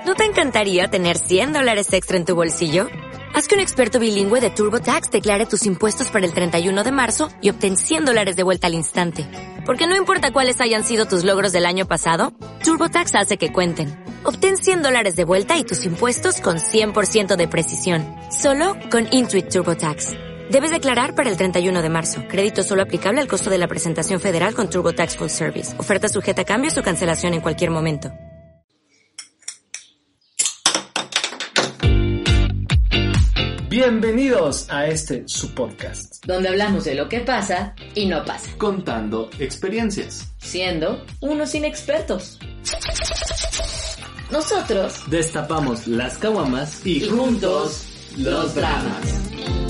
¿No te encantaría tener $100 extra en tu bolsillo? Haz que un experto bilingüe de TurboTax declare tus impuestos para el 31 de marzo y obtén $100 de vuelta al instante. Porque no importa cuáles hayan sido tus logros del año pasado, TurboTax hace que cuenten. Obtén $100 de vuelta y tus impuestos con 100% de precisión. Solo con Intuit TurboTax. Debes declarar para el 31 de marzo. Crédito solo aplicable al costo de la presentación federal con TurboTax Full Service. Oferta sujeta a cambios o cancelación en cualquier momento. Bienvenidos a su podcast, donde hablamos de lo que pasa y no pasa, contando experiencias, siendo unos inexpertos. Nosotros destapamos las caguamas y juntos los dramas.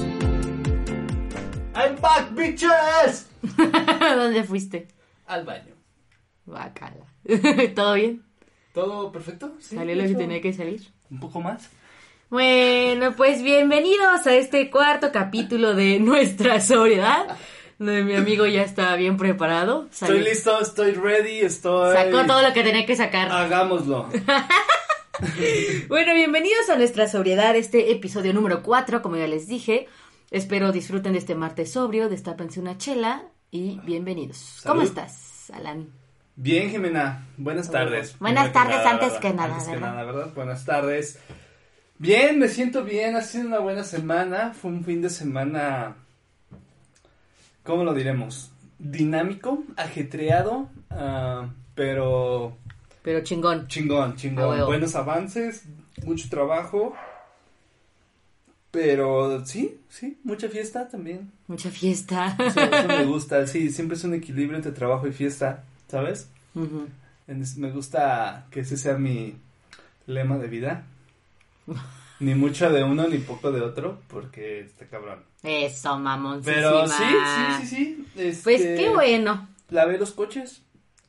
I'm back, bitches. ¿Dónde fuiste? Al baño. Bacala. ¿Todo bien? ¿Todo perfecto? Sí, ¿Salió lo que tenía que salir? ¿Un poco más? Bueno, pues bienvenidos a este cuarto capítulo de Nuestra Sobriedad, donde mi amigo ya está bien preparado. Estoy listo, estoy ready, Sacó todo lo que tenía que sacar. Hagámoslo. Bueno, bienvenidos a Nuestra Sobriedad, este episodio número 4, como ya les dije. Espero disfruten de este martes sobrio, destápense una chela y bienvenidos. Salud. ¿Cómo estás, Alan? Bien, Jimena, buenas tardes. Buenas tardes, antes que nada, ¿verdad? Buenas tardes. Bien, me siento bien, ha sido una buena semana, fue un fin de semana, ¿cómo lo diremos? Dinámico, ajetreado, pero chingón. Chingón, buenos avances, mucho trabajo, pero sí, mucha fiesta también. Mucha fiesta. Eso me gusta, sí, siempre es un equilibrio entre trabajo y fiesta, ¿sabes? Uh-huh. Me gusta que ese sea mi lema de vida. Ni mucho de uno ni poco de otro, porque está cabrón. Eso, mamoncísima. Pero sí. Pues qué bueno. Lavé los coches.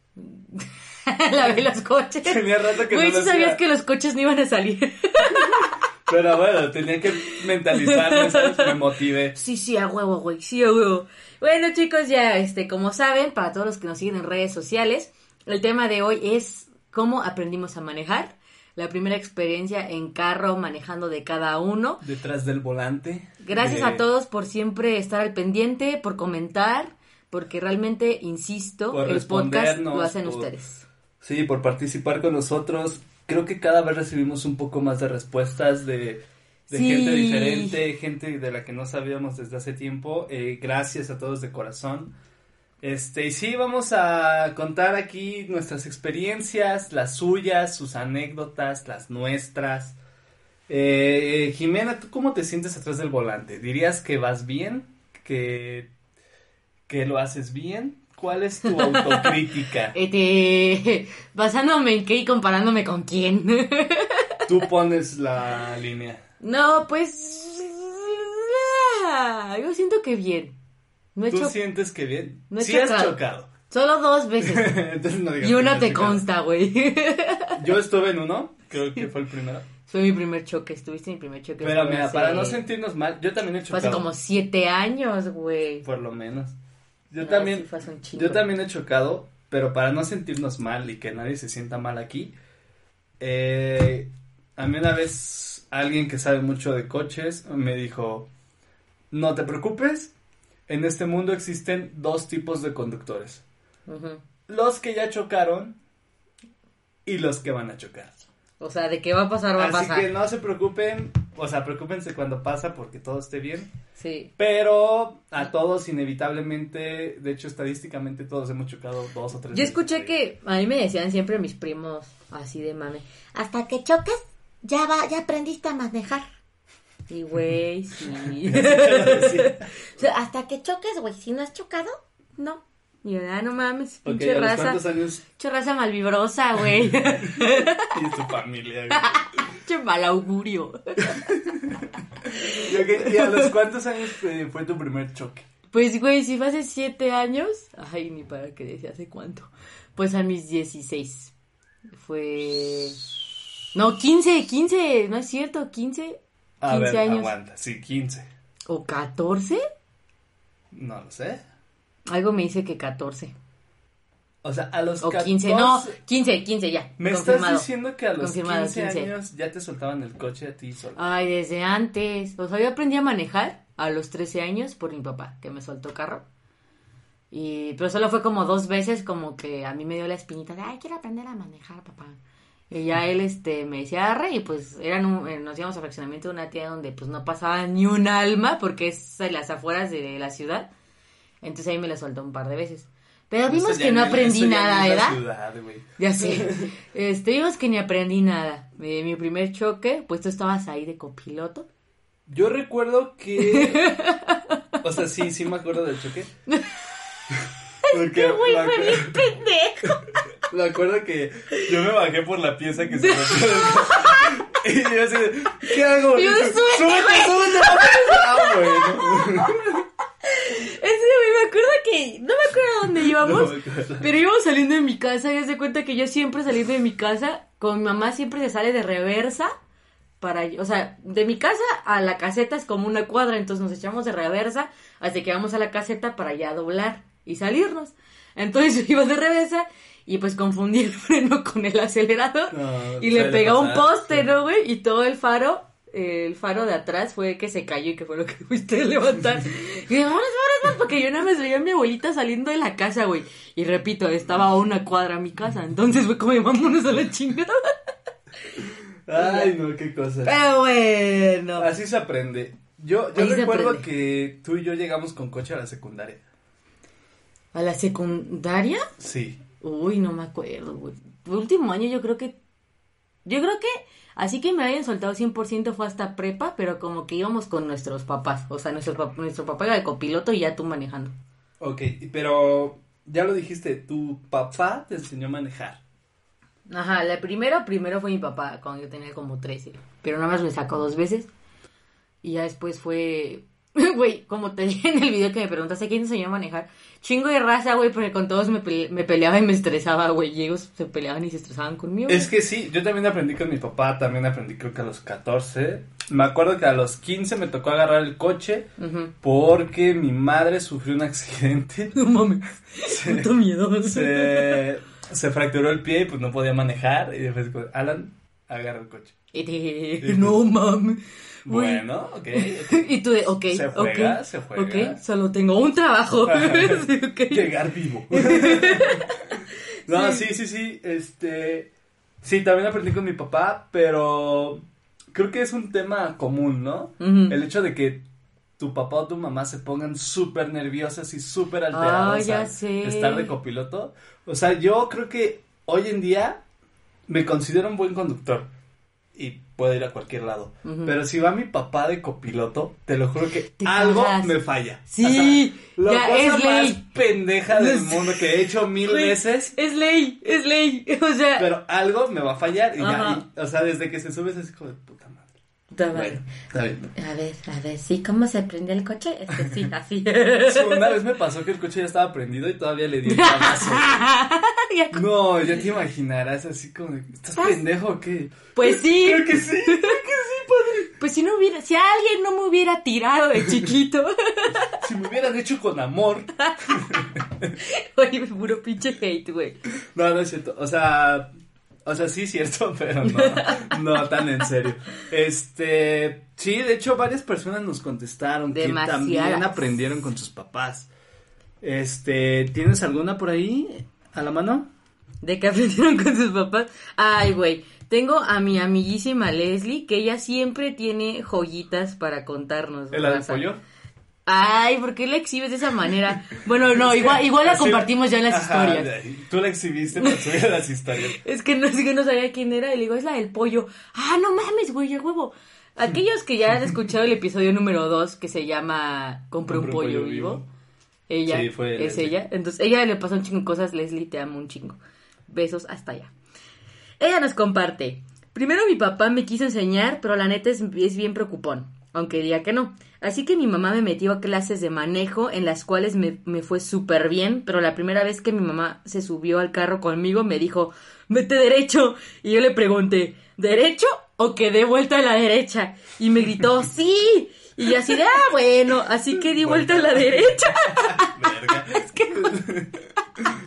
Lavé los coches. Tenía rato que no lo hacía. Sabías que los coches no iban a salir. Pero bueno, tenía que mentalizarme, ¿sabes? Me motivé. Sí, a huevo, güey, sí, a huevo. Bueno, chicos, ya, como saben, para todos los que nos siguen en redes sociales, el tema de hoy es cómo aprendimos a manejar. La primera experiencia en carro manejando de cada uno. Detrás del volante. Gracias a todos por siempre estar al pendiente, por comentar, porque realmente, insisto, el podcast lo hacen ustedes. Sí, por participar con nosotros. Creo que cada vez recibimos un poco más de respuestas de gente diferente, gente de la que no sabíamos desde hace tiempo. Gracias a todos de corazón. Y sí, vamos a contar aquí nuestras experiencias, las suyas, sus anécdotas, las nuestras. Jimena, ¿tú cómo te sientes atrás del volante? ¿Dirías que vas bien? ¿Que lo haces bien? ¿Cuál es tu autocrítica? Basándome en qué y comparándome con quién. Tú pones la línea. No, pues yo siento que bien. ¿Tú sientes que bien? No he sí chocado. Has chocado. Solo 2 veces. Entonces no digas y uno te chocado. consta, güey. Yo estuve en uno, creo que fue el primero. Fue mi primer choque, estuviste en mi primer choque. Pero mira, para no sentirnos mal, yo también he chocado. Fue hace como 7 años, güey. Por lo menos. Yo Sí, también he chocado, pero para no sentirnos mal y que nadie se sienta mal aquí, a mí una vez alguien que sabe mucho de coches me dijo, no te preocupes, en este mundo existen 2 tipos de conductores. Uh-huh. Los que ya chocaron y los que van a chocar. O sea, de qué va a pasar, va a pasar. Así que no se preocupen, o sea, preocúpense cuando pasa porque todo esté bien. Sí. Pero a todos inevitablemente, de hecho estadísticamente todos hemos chocado 2 o 3 veces. Yo escuché que a mí me decían siempre mis primos así de mame, hasta que choques ya aprendiste a manejar. Y güey, sí. O sea, hasta que choques, güey, si no has chocado, no. Y yo, no mames, pinche Okay, raza. ¿cuántos años? Pinche raza malvibrosa, güey. Y su familia, güey. Pinche mal augurio. ¿Y a los cuántos años fue tu primer choque? Pues, güey, si fue hace 7 años. Ay, ni para qué decía hace cuánto. Pues a mis 16. Fue... No, 15, no es cierto, 15 A ver, años. aguanta, sí, 15. ¿O 14? No lo sé. Algo me dice que 14. O sea, a los 14... O 15, no, 15 ya. ¿Me confirmado. Estás diciendo que a los 15 15 años ya te soltaban el coche a ti solo? Ay, desde antes. O sea, yo aprendí a manejar a los 13 años por mi papá, que me soltó carro. Pero solo fue como 2 veces como que a mí me dio la espinita de, ay, quiero aprender a manejar, papá. Y ya él me decía, arre, y pues nos íbamos a fraccionamiento de una tía donde pues no pasaba ni un alma porque es en las afueras de la ciudad. Entonces ahí me la soltó un par de veces. Pero vimos que no aprendí nada, ¿verdad? Ciudad, ya sé. Vimos que ni aprendí nada. Mi primer choque, pues tú estabas ahí de copiloto. Yo recuerdo que... O sea, sí me acuerdo del choque. Porque güey, fue bien pendejo. Me acuerdo que yo me bajé por la pieza que se rompió y yo así, ¿qué hago? Súbete. Bueno. Me acuerdo que... No me acuerdo a dónde íbamos, pero íbamos saliendo de mi casa y haz de cuenta que yo siempre saliendo de mi casa, con mi mamá siempre se sale de reversa o sea, de mi casa a la caseta es como una cuadra, entonces nos echamos de reversa hasta que vamos a la caseta para ya doblar y salirnos. Entonces yo iba de reversa y pues confundí el freno con el acelerador y le pegó un poste, ¿no, güey? Y todo el faro de atrás fue que se cayó y que fue lo que fuiste a levantar. Y dije, vámonos, porque yo nada más veía a mi abuelita saliendo de la casa, güey. Y repito, estaba a una cuadra mi casa, entonces fue como, vámonos a la chingada. Ay, no, qué cosa. Pero bueno. Así se aprende. Yo recuerdo que tú y yo llegamos con coche a la secundaria. ¿A la secundaria? Sí. Uy, no me acuerdo, güey. El último año yo creo que así que me hayan soltado 100% fue hasta prepa, pero como que íbamos con nuestros papás. O sea, nuestro papá era de copiloto y ya tú manejando. Ok, pero ya lo dijiste, tu papá te enseñó a manejar. Ajá, primero fue mi papá cuando yo tenía como 13, pero nada más me sacó 2 veces. Y ya después fue... Güey, como te dije en el video que me preguntaste quién te enseñó a manejar, chingo de raza, güey, porque con todos me peleaba y me estresaba, güey, y ellos se peleaban y se estresaban conmigo. Es que sí, yo también aprendí con mi papá, también aprendí creo que a los 14, me acuerdo que a los 15 me tocó agarrar el coche, porque mi madre sufrió un accidente. No mames, puto miedo. Se fracturó el pie y pues no podía manejar, y después dijo, Alan, agarra el coche. No mames. Bueno, ok. Y tú se juega. Ok, solo tengo un trabajo. Okay. Llegar vivo. No, sí. Sí, también aprendí con mi papá, pero creo que es un tema común, ¿no? El hecho de que tu papá o tu mamá se pongan súper nerviosas y súper alteradas ya sé. Estar de copiloto. O sea, yo creo que hoy en día me considero un buen conductor y puedo ir a cualquier lado. Pero si va mi papá de copiloto, te lo juro que algo me falla. Sí, o sea, la cosa es más ley. Pendeja del mundo que he hecho 1000 veces. Es ley. O sea, pero algo me va a fallar y ya, o sea, desde que se sube es así como de puta madre. Bueno, está bien. A ver, sí, ¿cómo se prende el coche? Sí, así. Sí, una vez me pasó que el coche ya estaba prendido y todavía le di el llamazo. No, ya te imaginarás así como de, ¿estás pendejo o qué? Pues sí. Creo que sí, padre. Pues si alguien no me hubiera tirado de chiquito. Si me hubieran hecho con amor. Oye, puro pinche hate, güey. No es cierto, o sea, sí es cierto, pero no tan en serio. Sí, de hecho varias personas nos contestaron que también aprendieron con sus papás. ¿Tienes alguna por ahí a la mano? ¿De qué aprendieron con sus papás? Ay, güey, tengo a mi amiguísima Leslie, que ella siempre tiene joyitas para contarnos. ¿El del pollo? Ay, ¿por qué la exhibes de esa manera? Bueno, no, igual la compartimos ya en las historias. Tú la exhibiste para subir a las historias. Es que no sabía quién era, y le digo, es la del pollo. Ah, no mames, güey, el huevo. Aquellos que ya han escuchado el episodio número 2, que se llama Compré un pollo vivo. Ella, sí, fue es Leslie. Ella. Entonces, ella le pasó un chingo de cosas. Leslie, te amo un chingo. Besos hasta allá. Ella nos comparte. Primero mi papá me quiso enseñar, pero la neta es bien preocupón, aunque diga que no. Así que mi mamá me metió a clases de manejo, en las cuales me fue súper bien, pero la primera vez que mi mamá se subió al carro conmigo me dijo, vete derecho. Y yo le pregunté, ¿derecho o que dé vuelta a la derecha? Y me gritó, sí. Y yo así de, bueno, así que di vuelta a la derecha. Verga. Es que...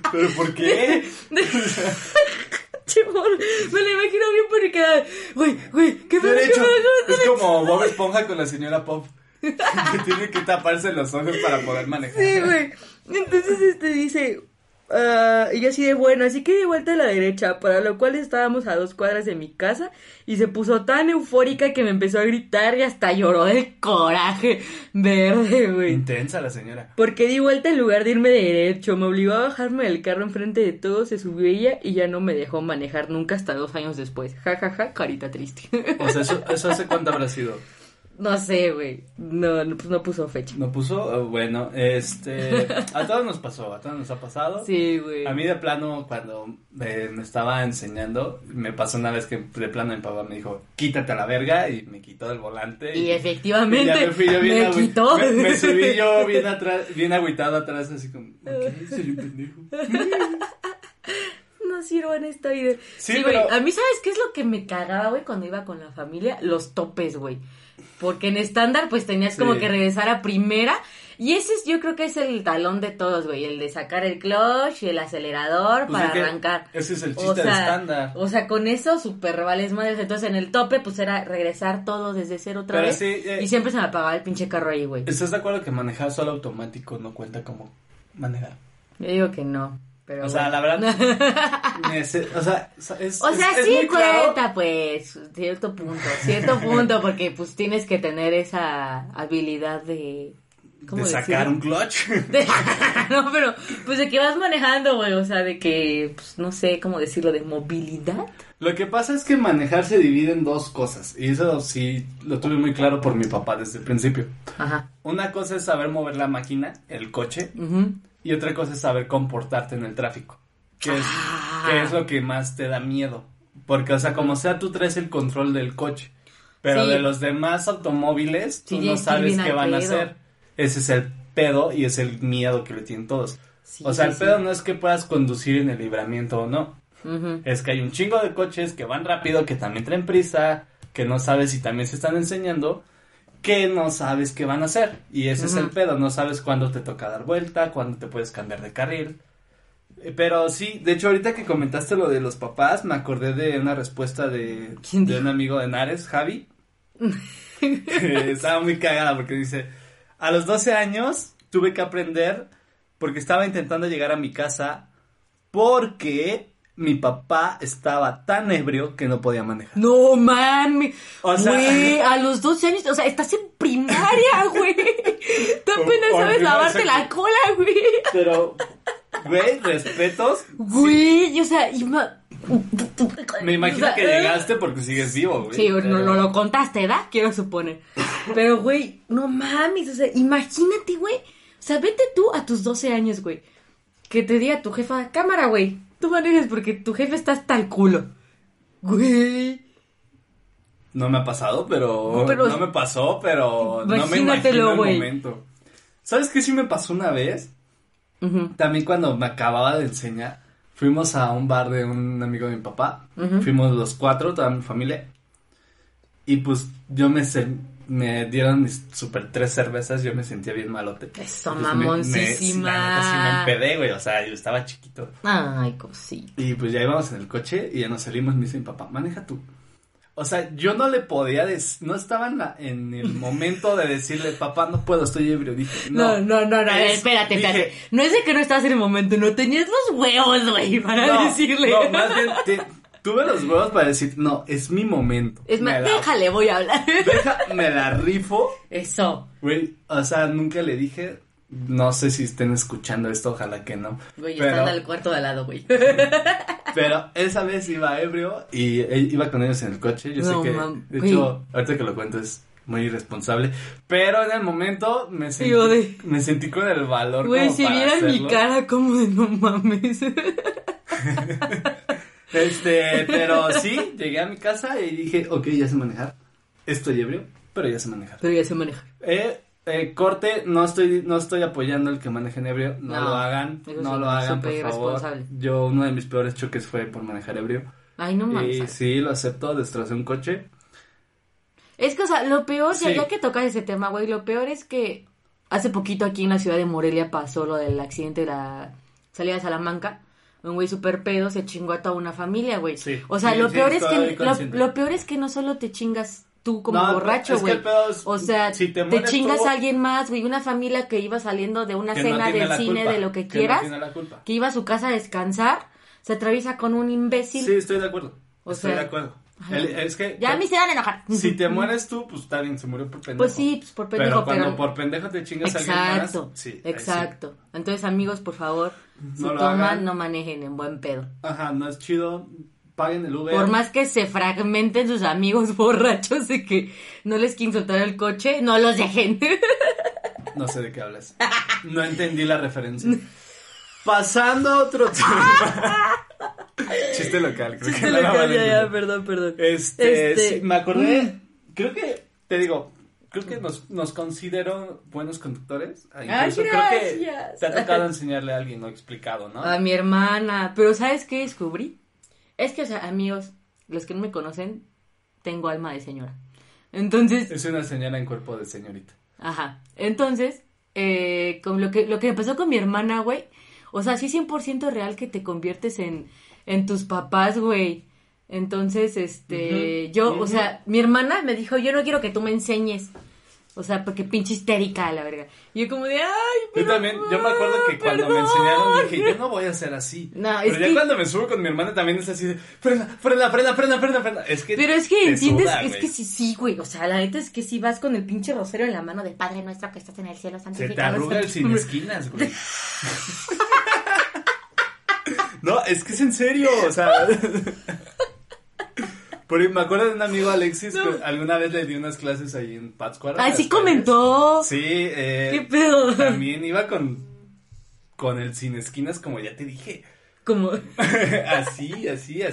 ¿Pero por qué? Chimón, me lo imagino bien porque güey, ¿qué me Derecho, es como Bob Esponja con la señora Pop, que tiene que taparse los ojos para poder manejar. Sí, güey. Entonces dice, y yo así de bueno, así que de vuelta a la derecha, para lo cual estábamos a 2 cuadras de mi casa, y se puso tan eufórica que me empezó a gritar y hasta lloró del coraje verde, güey. Intensa la señora. Porque di vuelta en lugar de irme derecho, me obligó a bajarme del carro enfrente de todos, se subió ella y ya no me dejó manejar nunca hasta 2 años después. Ja, ja, ja, carita triste. O sea, ¿eso hace cuánto habrá sido? No sé, güey. No, pues no puso fecha. ¿No puso? Bueno, a todos nos pasó, a todos nos ha pasado. Sí, güey. A mí de plano, cuando me estaba enseñando, me pasó una vez que de plano mi papá me dijo, quítate a la verga, y me quitó del volante. Y efectivamente, ya me fui yo bien me quitó. Me subí yo bien atrás, bien agüitado atrás, así como, ok, soy un pendejo. No sirvo en esta vida. Sí, güey, a mí, ¿sabes qué es lo que me cagaba, güey, cuando iba con la familia? Los topes, güey. Porque en estándar, pues, tenías como que regresar a primera. Y ese yo creo que es el talón de todos, güey. El de sacar el clutch y el acelerador pues para arrancar. Ese es el chiste de estándar. O sea, con eso súper vales madres. Entonces, en el tope, pues, era regresar todo desde cero otra vez. Sí, y siempre se me apagaba el pinche carro ahí, güey. ¿Estás de acuerdo que manejar solo automático no cuenta como manejar? Yo digo que no. Pero o sea, la verdad, sí cuenta, claro. Pues, cierto punto, porque pues tienes que tener esa habilidad de... ¿Cómo de sacar un clutch? No, pero, pues de que vas manejando, güey, o sea, de que, pues, no sé cómo decirlo, de movilidad. Lo que pasa es que manejar se divide en 2 cosas, y eso sí lo tuve muy claro por mi papá desde el principio. Ajá. Una cosa es saber mover la máquina, el coche, y otra cosa es saber comportarte en el tráfico, que es lo que más te da miedo. Porque, o sea, como sea, tú traes el control del coche, pero de los demás automóviles, tú no sabes qué van a hacer. Ese es el pedo y es el miedo que le tienen todos. Sí, o sea, el pedo no es que puedas conducir en el libramiento o no. Es que hay un chingo de coches que van rápido, que también traen prisa, que no sabes si también se están enseñando, que no sabes qué van a hacer. Y ese es el pedo, no sabes cuándo te toca dar vuelta, cuándo te puedes cambiar de carril. Pero sí, de hecho ahorita que comentaste lo de los papás, me acordé de una respuesta de un amigo de Nares, Javi. Estaba muy cagada porque dice, a los 12 años tuve que aprender porque estaba intentando llegar a mi casa porque mi papá estaba tan ebrio que no podía manejar. No, mami. O sea, güey, a los 12 años, o sea, estás en primaria, güey. Tú apenas sabes lavarte la cola, güey. Pero, güey, respetos. Güey, o sea, me imagino que llegaste porque sigues vivo, güey. Sí, pero... no lo contaste, ¿verdad? Quiero suponer. Pero, güey, no mames, o sea, imagínate, güey. O sea, vete tú a tus 12 años, güey. Que te diga tu jefa, cámara, güey. Tú manejas porque tu jefe está hasta el culo. Güey. No me ha pasado, pero no me pasó, pero no me imagino el momento. ¿Sabes qué sí me pasó una vez? También cuando me acababa de enseñar, fuimos a un bar de un amigo de mi papá. Fuimos los 4, toda mi familia. Y pues me dieron mis super 3 cervezas, yo me sentía bien malote. Eso, mamoncísima. Sí me empedé, güey, o sea, yo estaba chiquito. Ay, cosita. Y pues ya íbamos en el coche y ya nos salimos, me dice mi papá, maneja tú. O sea, yo no le podía no estaba en el momento de decirle, papá, no puedo, estoy ebrio. Dije, no, espérate. No es de que no estás en el momento, no tenías los huevos, güey, para decirle. No, más bien, tuve los huevos para decir, no, es mi momento. Es más, déjale, voy a hablar. Me la rifo. Eso. Güey, o sea, nunca le dije, no sé si estén escuchando esto, ojalá que no. Güey, están al cuarto de al lado, güey. Pero esa vez iba ebrio y iba con ellos en el coche. Yo sé que, de hecho, ahorita que lo cuento es muy irresponsable. Pero en el momento me sentí con el valor. Güey, si vieran mi cara como de no mames. Pero sí, llegué a mi casa y dije, ok, ya sé manejar. Estoy ebrio, pero ya sé manejar. Corte, no estoy apoyando el que manejen ebrio, no lo hagan, por favor. Uno de mis peores choques fue por manejar ebrio. Ay, no mames. Y sí, lo acepto, destrocé un coche. Es que, o sea, lo peor, ya que tocas ese tema, güey, lo peor es que hace poquito aquí en la ciudad de Morelia pasó lo del accidente de la salía de Salamanca, un güey súper pedo se chingó a toda una familia, güey. Sí. O sea, Sí, lo sí, peor es estoy que consciente. lo peor es que no solo te chingas tú como No, borracho, es que güey. el pedo es- O sea, si te te mueres chingas tú- a alguien más, güey, una familia que iba saliendo de una Que no cena tiene del la cine, culpa, de lo que que no quieras, tiene la culpa. que iba a su casa a descansar, se atraviesa con un imbécil. Sí, estoy de acuerdo. O Estoy sea, de acuerdo. ajá. Es que Ya a mí se van a enojar. si te mueres tú, pues está bien, se murió por pendejo. Pues sí, pues por pendejo, Pero cuando pero... por pendejo te chingas a alguien Exacto, más, sí, ahí exacto. Entonces, amigos, por favor, si No lo toman, hagan. no manejen en buen pedo. sí. Ajá, no es chido. Paguen el Uber. Por más que se fragmenten sus amigos borrachos de que no les quieren soltar el coche, no los dejen. No sé de qué hablas. No entendí la referencia. Pasando a otro tema. Chiste local, creo que no la van a entender. perdón. Sí, me acordé. Creo que, te digo, creo que nos considero buenos conductores. Incluso creo que gracias. te ha tocado enseñarle a alguien o explicado, ¿no? A mi hermana. Pero ¿sabes qué descubrí? Es que, o sea, amigos, los que no me conocen, tengo alma de señora. Entonces, Es una señora en cuerpo de señorita. ajá. Entonces, con lo que me pasó con mi hermana, güey. O sea, sí es 100% real que te conviertes en tus papás, güey. Entonces, yo, o sea, mi hermana me dijo, yo no quiero que tú me enseñes. O sea, porque pinche histérica, la verga. Y yo como de, ay, Yo pero, también, yo me acuerdo que cuando me perdón. enseñaron dije, yo no voy a ser así. No, Pero es ya que- cuando me subo con mi hermana también es así de, frena. Es que Pero es que te entiendes, suda, es güey. que sí, güey. O sea, la neta es que si vas con el pinche rosario en la mano de Padre Nuestro que estás en el cielo, Se santificado. te arruga el sin esquinas, güey. No, es que es en serio, o sea. Porque me acuerdo de un amigo Alexis que alguna vez le di unas clases ahí en Pátzcuaro. Ay, en sí las calles. comentó. Sí, ¿Qué pedo? también iba con el sin esquinas, como ya te dije. Como... así.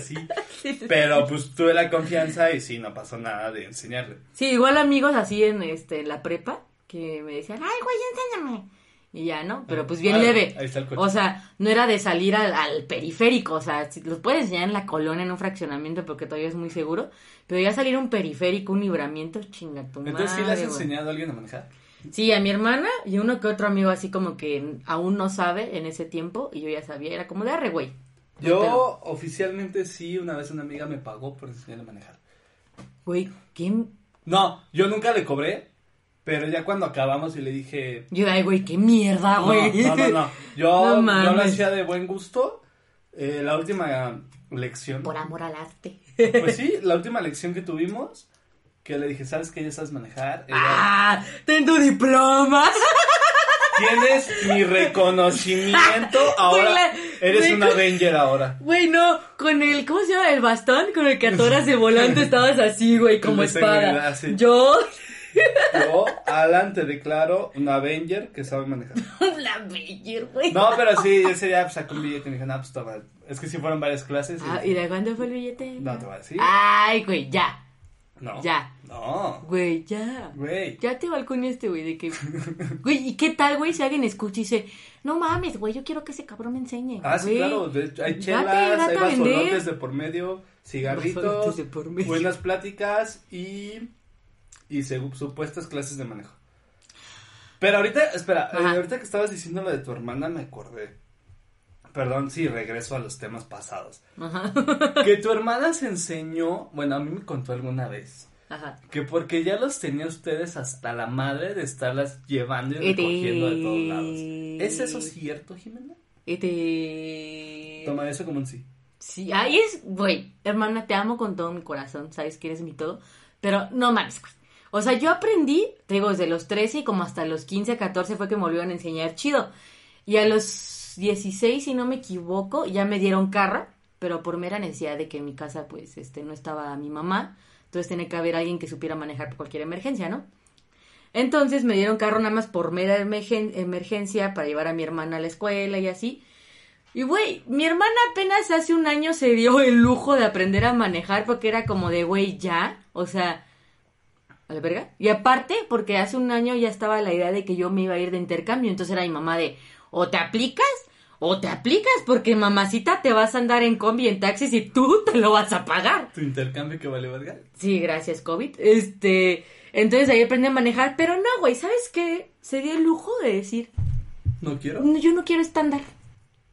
Pero pues tuve la confianza y sí, no pasó nada de enseñarle. Sí, igual amigos así en la prepa que me decían, ay, güey, enséñame. Y ya, ¿no? Pero pues bien Ah, leve. ahí está el coche. O sea, no era de salir al periférico. O sea, si los puedes enseñar en la colonia, en un fraccionamiento, porque todavía es muy seguro. Pero ya salir a un periférico, un libramiento, chinga tu madre. Entonces, ¿sí le has güey. enseñado a alguien a manejar? Sí, a mi hermana y uno que otro amigo así como que aún no sabe en ese tiempo. Y yo ya sabía, era como de arre, güey. Yo Pero, oficialmente sí, una vez una amiga me pagó por enseñarle a manejar. güey, ¿quién? No, yo nunca le cobré, pero ya cuando acabamos y le dije... Yo, ay, güey, qué mierda, güey. No. Yo No lo mames. hacía de buen gusto. La última lección... Por amor al arte. Pues sí, la última lección que tuvimos, que le dije, ¿sabes que ya sabes manejar? Ella, ¡Ah! ¡Ten tu diploma! tienes mi reconocimiento, ahora Güey, eres güey, un Avenger ahora. Güey, no, con el, ¿cómo se llama? El bastón con el que atoras el volante estabas así, güey, como El de seguridad, espada. sí. Yo, Yo, Alan, te declaro un Avenger que sabe manejar. la Beyer, güey. No, pero sí, ese día sacó un billete y me dijo, no, pues toma. Es que sí fueron varias clases. Ah, ¿y de cuándo fue el billete? No, te voy a decir. Ay, güey, ya. No. Ya. No. Güey, ya. Güey. Ya te balconeaste, güey, de que... Güey, ¿y qué tal, güey, si alguien escucha y dice, no mames, güey, yo quiero que ese cabrón me enseñe? Ah, sí, güey. claro. Hay chelas, Date hay a vender. basolotes de por medio, cigarritos, Basolotes de por medio. buenas pláticas y supuestas clases de manejo. Pero ahorita, espera, Ajá. ahorita que estabas diciendo lo de tu hermana me acordé. Perdón si regreso a los temas pasados. Ajá. Que tu hermana se enseñó, bueno, a mí me contó alguna vez, Ajá. que porque ya los tenía ustedes hasta la madre de estarlas llevando y recogiendo de todos lados. ¿Es eso cierto, Jimena? Toma eso como un sí. Sí, ahí es, güey, hermana, te amo con todo mi corazón, sabes que eres mi todo, pero no mames, güey. O sea, yo aprendí, te digo, desde los 13 y como hasta los 15, 14 fue que me volvieron a enseñar chido. Y a los 16, si no me equivoco, ya me dieron carro, pero por mera necesidad de que en mi casa, pues, no estaba mi mamá. Entonces tenía que haber alguien que supiera manejar por cualquier emergencia, ¿no? Entonces me dieron carro nada más por mera emergencia para llevar a mi hermana a la escuela y así. Y güey, mi hermana apenas hace un año se dio el lujo de aprender a manejar porque era como de güey ya, o sea, a la verga. Y aparte, porque hace un año ya estaba la idea de que yo me iba a ir de intercambio, entonces era mi mamá de o te aplicas, porque mamacita te vas a andar en combi y en taxis y tú te lo vas a pagar. ¿Tu intercambio que vale verga? Sí, gracias, COVID. Entonces ahí aprendí a manejar, pero no, güey, ¿sabes qué? Se dio el lujo de decir, No quiero. "No, yo no quiero estándar.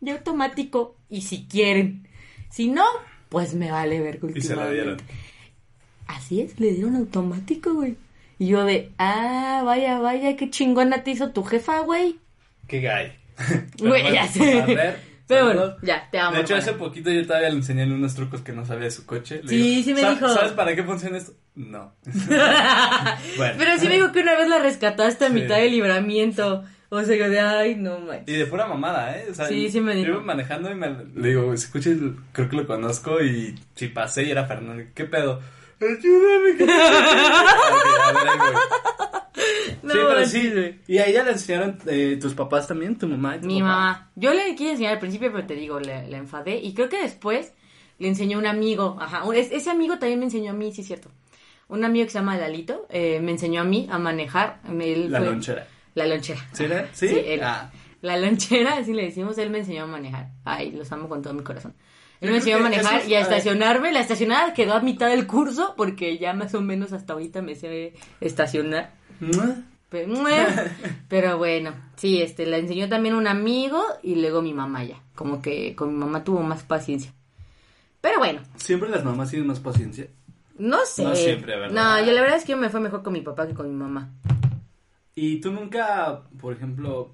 de automático. Y si quieren. Si no, pues me vale ver que Y se la dieron. Así es, le dieron automático, güey. Y yo vaya, qué chingona te hizo tu jefa, güey. Qué gay. Güey, ya sé. A ver, Pero saludos. bueno, ya, te amo. De hecho, hermana. hace poquito yo todavía le enseñé unos trucos que no sabía de su coche. Le Sí, digo, sí me dijo. ¿Sabes para qué funciona esto? No. Bueno. Pero sí me dijo que una vez la rescataste a Sí. mitad del libramiento. O sea, yo de, ay, no manches. Y de pura mamada, ¿eh? O sea, Sí, sí me dijo. Yo iba manejando y le digo, ese coche creo que lo conozco y si pasé y era Fernando. ¿Qué pedo? Ayúdame. Que a ver, ahí voy. No, Sí, pero manches, sí. güey. ¿Y a ella le enseñaron tus papás también? ¿Tu mamá y tu Mi papá? mamá. Yo le quise enseñar al principio, pero te digo, le enfadé. Y creo que después le enseñó un amigo. Ajá. Ese amigo también me enseñó a mí, sí es cierto. Un amigo que se llama Lalito me enseñó a mí a manejar. La lonchera. La lonchera. ¿Sí, no? ¿Sí? Él. Ah. La lonchera, así le decimos, él me enseñó a manejar. Ay, los amo con todo mi corazón. Él Yo me enseñó a creo que manejar eso es- y a estacionarme. La estacionada quedó a mitad del curso porque ya más o menos hasta ahorita me sé estacionar. Pero bueno, sí, la enseñó también un amigo y luego mi mamá ya. Como que con mi mamá tuvo más paciencia. Pero bueno, Siempre las mamás tienen más paciencia. no sé. No siempre, ¿verdad? No, yo la verdad es que me fue mejor con mi papá que con mi mamá. ¿Y tú nunca, por ejemplo,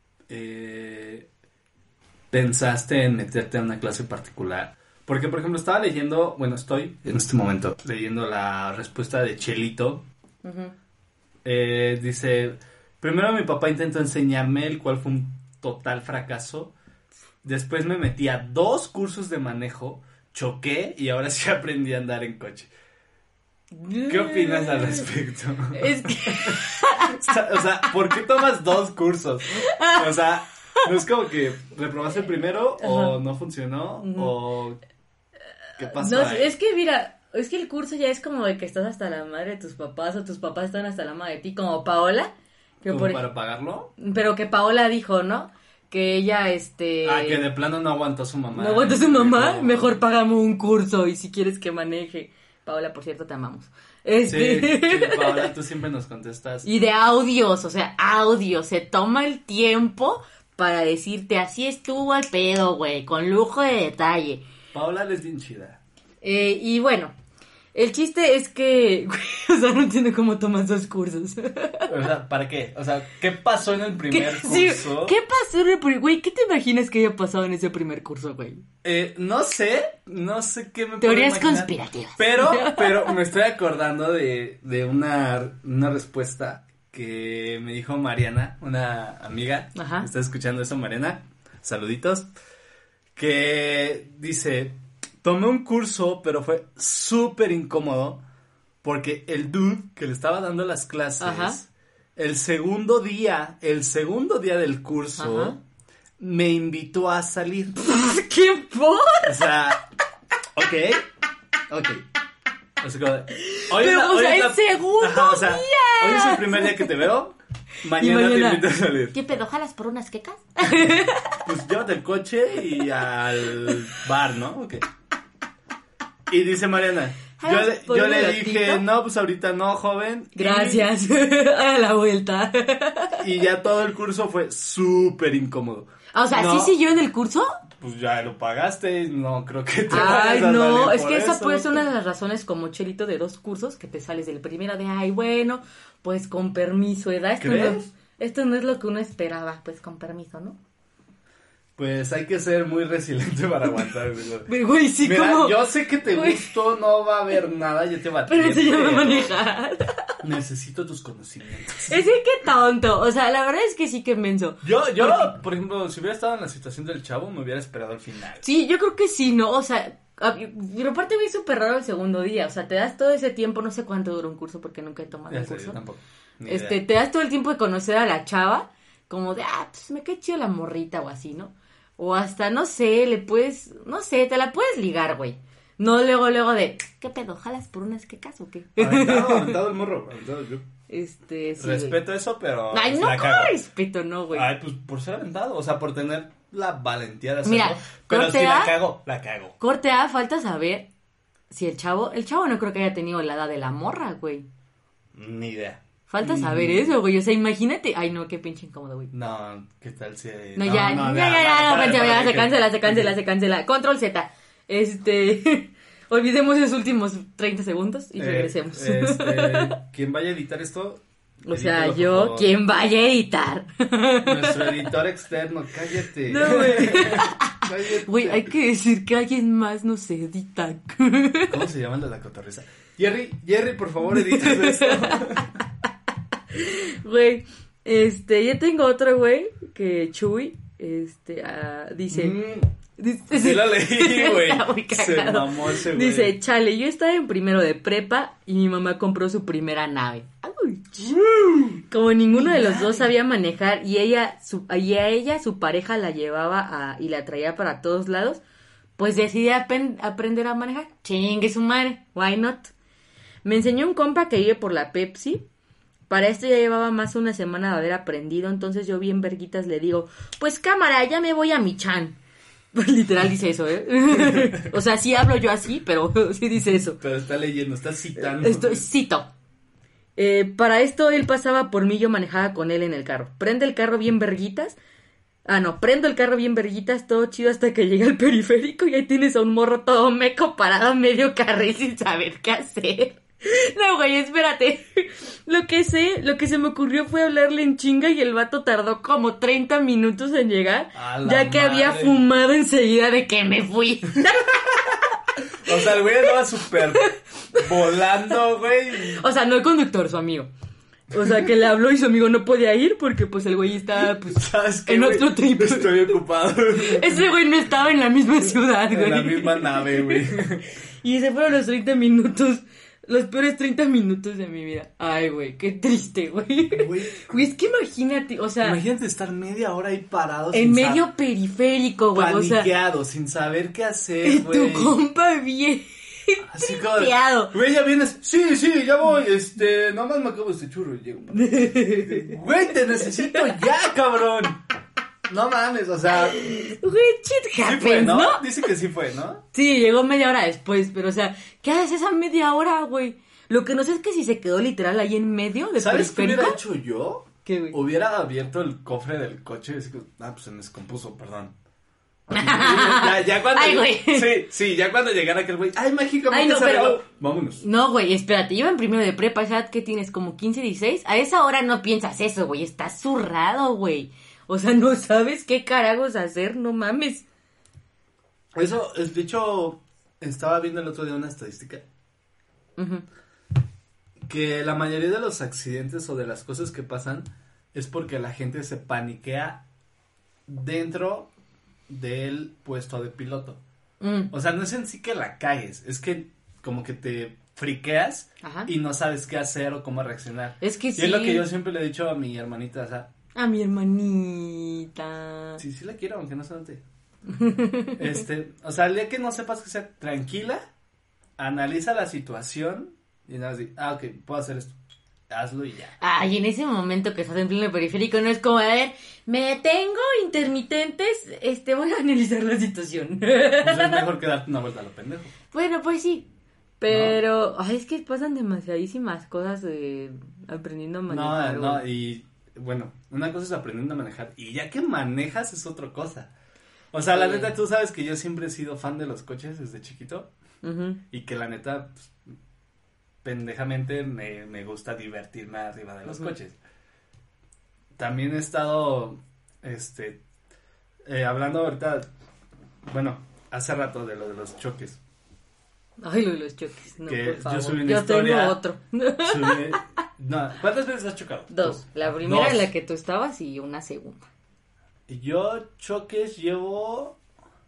pensaste en meterte a una clase particular? Porque, por ejemplo, estaba leyendo, bueno, estoy en este momento leyendo la respuesta de Chelito. Ujú. Dice, primero mi papá intentó enseñarme, el cual fue un total fracaso. Después me metí a 2 cursos de manejo, choqué y ahora sí aprendí a andar en coche. ¿Qué opinas al respecto? Es que... O sea, ¿por qué tomas 2 cursos? O sea, no es como que reprobaste el primero o no funcionó o ¿qué pasó No, ahí? es que mira, es que el curso ya es como de que estás hasta la madre de tus papás o tus papás están hasta la madre de ti, como Paola. Que ¿Como por- para pagarlo? Pero que Paola dijo, ¿no? Que ella, Ah, que de plano no aguantó su mamá. no aguanta su mamá, Dijo, mejor pagame un curso y si quieres que maneje. Paola, por cierto, te amamos. Sí, sí, Paola, tú siempre nos contestas. Y de audios, o sea, audios. Se toma el tiempo para decirte, así estuvo al pedo, güey, con lujo de detalle. Paola es bien chida. Y bueno, el chiste es que, güey, o sea, no entiendo cómo tomas 2 cursos. O sea, ¿para qué? O sea, ¿qué pasó en el primer Sí, curso? ¿qué pasó en el primer, güey? ¿Qué te imaginas que haya pasado en ese primer curso, güey? No sé qué me puedo Teorías imaginar. conspirativas. Pero me estoy acordando de una respuesta que me dijo Mariana, una amiga. Ajá. ¿Está escuchando eso, Mariana? Saluditos. Que dice, tomé un curso, pero fue súper incómodo porque el dude que le estaba dando las clases, Ajá. el segundo día del curso, Ajá. me invitó a salir. ¿Qué por? O sea, ok. O sea, como, hoy Pero, es o sea, hoy es el segundo Ajá, o sea, día. hoy es el primer día que te veo. Mañana, mañana. te invito a salir. ¿Qué pedo? ¿Jalas por unas quecas? Pues llévate el coche y al bar, ¿no? Ok. Y dice Mariana, ¿Jalas por yo un le elotito? dije, no, pues ahorita no, joven. Gracias. A la vuelta. Y ya todo el curso fue súper incómodo. O sea, No, ¿sí siguió en el curso? Pues ya lo pagaste, no creo que te Ay, vayas a no, salir es por que esa eso. puede ser una de las razones como Chelito de 2 cursos que te sales del primero de, ay, bueno, pues con permiso, ¿verdad? ¿Crees? Esto no es lo que uno esperaba, pues con permiso, ¿no? Pues hay que ser muy resiliente para aguantar. Güey, sí, Mira, como... yo sé que te Güey. gustó, no va a haber nada, yo te batí. Pero enséñame a manejar. Necesito tus conocimientos. Es que qué tonto, o sea, la verdad es que sí que menso. Yo, por ejemplo, si hubiera estado en la situación del chavo, me hubiera esperado al final. Sí, yo creo que sí, ¿no? O sea, pero aparte vi súper raro el segundo día, o sea, te das todo ese tiempo, no sé cuánto dura un curso porque nunca he tomado Ya un sé, yo curso. tampoco. Ni idea. Te das todo el tiempo de conocer a la chava, como de, pues me cae chido la morrita o así, ¿no? O hasta, no sé, te la puedes ligar, güey. No luego de, ¿qué pedo? ¿Jalas por unas quecas o qué? Aventado el morro, aventado yo. Sí, Respeto eso, pero güey. Ay, pues, no, la ¿cómo cago. respeto? No, güey. Ay, pues por ser aventado, o sea, por tener la valentía de hacerlo. Mira, pero corte si la A. cago, la cago. Corte A, falta saber si el chavo no creo que haya tenido la edad de la morra, güey. Ni idea. Falta saber eso, güey. O sea, imagínate. Ay, no, qué pinche incómodo, güey. No, ¿qué tal si... No, ya, se cancela. Control Z. Olvidemos esos últimos 30 segundos y regresemos. ¿Quién vaya a editar esto? O sea, yo, ¿quién vaya a editar? Nuestro editor externo, cállate. No, güey. Güey, hay que decir que alguien más nos edita. ¿Cómo se llama la cotorriza? Jerry, por favor, edita esto. Güey, yo tengo otro güey que Chuy, dice... Sí la leí, güey. Se mamó ese güey. Dice, chale, yo estaba en primero de prepa y mi mamá compró su primera nave. Como ninguno de los dos sabía manejar y a ella su pareja la llevaba y la traía para todos lados, pues decidí aprender a manejar. Chingue su madre, why not? Me enseñó un compa que vive por la Pepsi. Para esto ya llevaba más de una semana de haber aprendido, entonces yo bien verguitas le digo, pues cámara, ya me voy a mi chan. Pues literal dice eso, O sea, sí hablo yo así, pero sí dice eso. Pero está leyendo, está citando. Cito. Para esto él pasaba por mí, yo manejaba con él en el carro. Prendo el carro bien verguitas, todo chido hasta que llega al periférico y ahí tienes a un morro todo meco parado a medio carril sin saber qué hacer. No, güey, espérate. Lo que se me ocurrió fue hablarle en chinga y el vato tardó como 30 minutos en llegar, ya que había fumado enseguida de que me fui. O sea, el güey andaba súper volando, güey. O sea, no el conductor, su amigo. O sea, que le habló y su amigo no podía ir porque pues el güey estaba pues ¿sabes qué, en güey? otro trip. Estoy ocupado. Ese güey no estaba en la misma ciudad, güey. En la misma nave, güey. Y se fueron los 30 minutos. Los peores 30 minutos de mi vida. Ay, güey, qué triste, güey. Güey, es que imagínate, o sea... Imagínate estar media hora ahí parado. En medio periférico, güey, o sea... Paniqueado, sin saber qué hacer, güey. Tu compa bien... Así como... Güey, ya vienes... Sí, ya voy, nomás me acabo este churro y llego. Güey, te necesito ya, cabrón. No mames, o sea... Güey, shit happens, sí fue, ¿no? ¿no? Dice que sí fue, ¿no? Sí, llegó media hora después, pero o sea, ¿qué haces esa media hora, güey? Lo que no sé es que si se quedó literal ahí en medio de ¿sabes qué periférico? hubiera hecho yo? ¿Qué, güey? Hubiera abierto el cofre del coche y decir, pues se me descompuso, perdón. Ya cuando... Ay, güey. Sí, ya cuando llegara aquel güey, ay, mágicamente no, pero... vámonos. No, güey, espérate, iba en primero de prepa, ya que tienes como 15, 16, a esa hora no piensas eso, güey, estás zurrado, güey. O sea, no sabes qué carajos hacer, no mames. Eso, de hecho, estaba viendo el otro día una estadística. Uh-huh. Que la mayoría de los accidentes o de las cosas que pasan es porque la gente se paniquea dentro del puesto de piloto. O sea, no es en sí que la cagues, es que como que te friqueas. Ajá. Y no sabes qué hacer o cómo reaccionar. Es que y sí. es lo que yo siempre le he dicho a mi hermanita, o sea... A mi hermanita. Sí la quiero, aunque no se note. O sea, el día que no sepas qué hacer, tranquila, analiza la situación y nada más di, ok, puedo hacer esto. Hazlo y ya. Y en ese momento que estás en pleno periférico no es como, a ver, me detengo, intermitentes, voy a analizar la situación. Pues es mejor que darte una vuelta a lo pendejo. Bueno, pues sí. Pero, es que pasan demasiadísimas cosas de aprendiendo a manejar. No, y bueno, una cosa es aprendiendo a manejar y ya que manejas es otra cosa. O sea, la neta, tú sabes que yo siempre he sido fan de los coches desde chiquito. Uh-huh. Y que la neta, pues, pendejamente me gusta divertirme arriba de los coches. También he estado, hablando ahorita, bueno, hace rato de lo de los choques. Ay, lo de los choques, no, que por favor. Yo subí una historia. Tengo otro. No, ¿cuántas veces has chocado? 2. La primera en la que tú estabas y una segunda. Yo choques llevo...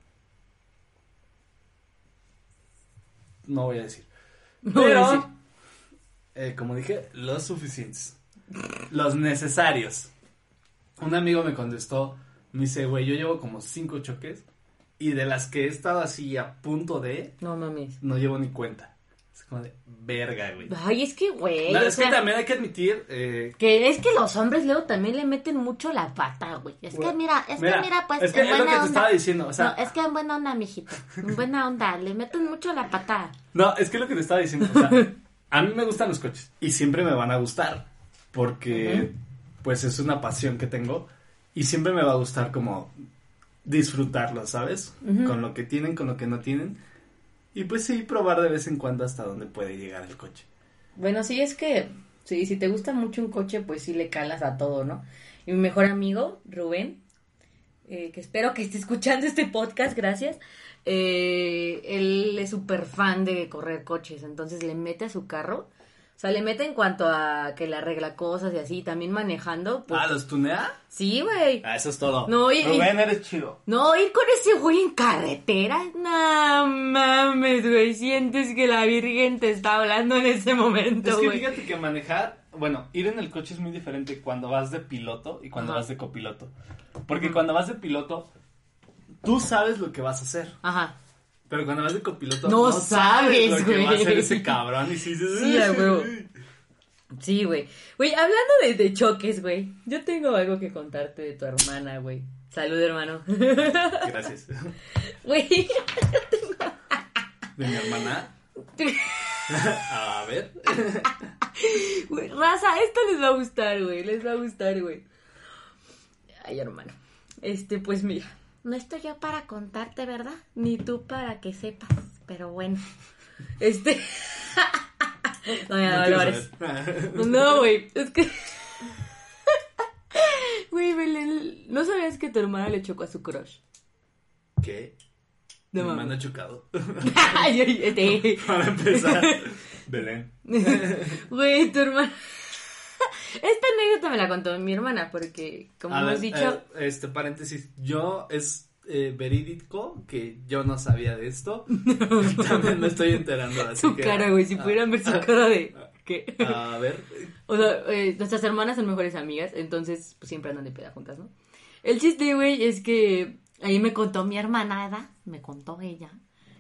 No voy a decir. Pero, como dije, los suficientes. Los necesarios. Un amigo me contestó, me dice, güey, yo llevo como 5 choques y de las que he estado así a punto de... No mames. No llevo ni cuenta. Es como de verga, güey. Ay, es que, güey. No, es que también hay que admitir... Que es que los hombres luego también le meten mucho la pata, güey. Es que mira, pues... Es que es lo que te estaba diciendo, o sea... No, es que en buena onda, mijito. En buena onda, le meten mucho la pata. No, es que es lo que te estaba diciendo, o sea... A mí me gustan los coches y siempre me van a gustar. porque pues es una pasión que tengo y siempre me va a gustar como disfrutarlo, ¿sabes? Con lo que tienen, con lo que no tienen. Y pues sí, probar de vez en cuando hasta dónde puede llegar el coche. Bueno, sí, es que sí, si te gusta mucho un coche, pues sí le calas a todo, ¿no? Y mi mejor amigo, Rubén, que espero que esté escuchando este podcast, gracias. Él es súper fan de correr coches, entonces le mete a su carro. O sea, le mete en cuanto a que le arregla cosas y así, también manejando. Pues, ¿los tunea? Sí, güey. Eso es todo. No, Rubén, eres chido. No, ir con ese güey en carretera, no mames, güey, sientes que la Virgen te está hablando en ese momento, güey. Es que fíjate que manejar, bueno, ir en el coche es muy diferente cuando vas de piloto y cuando vas de copiloto. Porque cuando vas de piloto, tú sabes lo que vas a hacer. Ajá. Pero cuando vas de copiloto, no sabes, lo que güey. va a hacer ese cabrón. Y sí, güey. Sí, güey. Güey, hablando de choques, güey, yo tengo algo que contarte de tu hermana, güey. Salud, hermano. Gracias. Güey, ¿De mi hermana? A ver. Güey, raza, esto les va a gustar, güey. Les va a gustar, güey. Ay, hermano. Pues mira. No estoy yo para contarte, ¿verdad? Ni tú para que sepas. Pero bueno. No, güey. Es que. Güey, Belén. ¿No sabías que tu hermana le chocó a su crush? ¿Qué? Mi hermana ha chocado. Para empezar. Belén. Güey, tu hermana. Esta anécdota me la contó mi hermana porque, como hemos dicho... paréntesis, es verídico que yo no sabía de esto. También me estoy enterando. Así su que, cara, güey, si pudieran ver su cara de... ¿Qué? A ver. O sea, nuestras hermanas son mejores amigas, entonces pues siempre andan de peda juntas, ¿no? El chiste, güey, es que ahí me contó mi hermana, ¿verdad? Me contó ella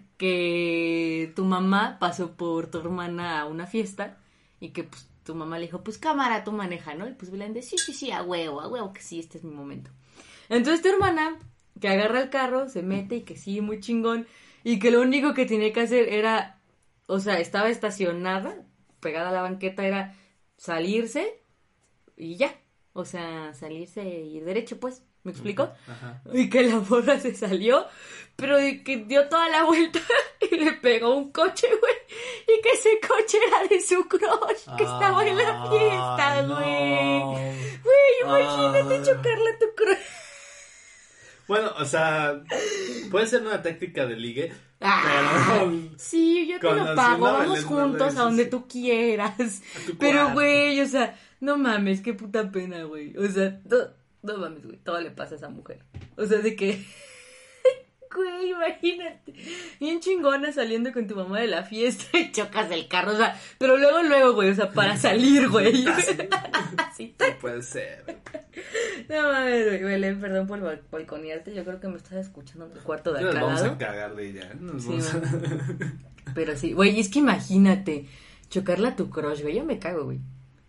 que tu mamá pasó por tu hermana a una fiesta y que pues tu mamá le dijo, pues cámara, tú maneja, ¿no? Y pues Belén de, sí, a huevo, que sí, este es mi momento. Entonces tu hermana, que agarra el carro, se mete y que sí, muy chingón, y que lo único que tenía que hacer era, o sea, estaba estacionada, pegada a la banqueta, era salirse y ya, o sea, salirse y ir derecho, pues, ¿me explico? Ajá. Y que la morra se salió, pero de que dio toda la vuelta y le pegó un coche, güey. Y que ese coche era de su crush, que estaba en la fiesta, güey. No. Güey, imagínate chocarle a tu crush. Bueno, o sea, puede ser una táctica de ligue, pero... Sí, yo te lo pago, vamos juntos a donde tú quieras. Pero, güey, o sea, no mames, qué puta pena, güey. O sea, no mames, güey, todo le pasa a esa mujer. O sea, de que... Güey, imagínate, bien chingona saliendo con tu mamá de la fiesta y chocas el carro, o sea, pero luego, güey, o sea, para salir, güey. Sí, no puede ser. No mames, güey, Belén, perdón por balconearte, yo creo que me estás escuchando en tu cuarto de acá. Nos vamos a cagar de ella, Pero sí, güey, es que imagínate, chocarle a tu crush, güey, yo me cago, güey.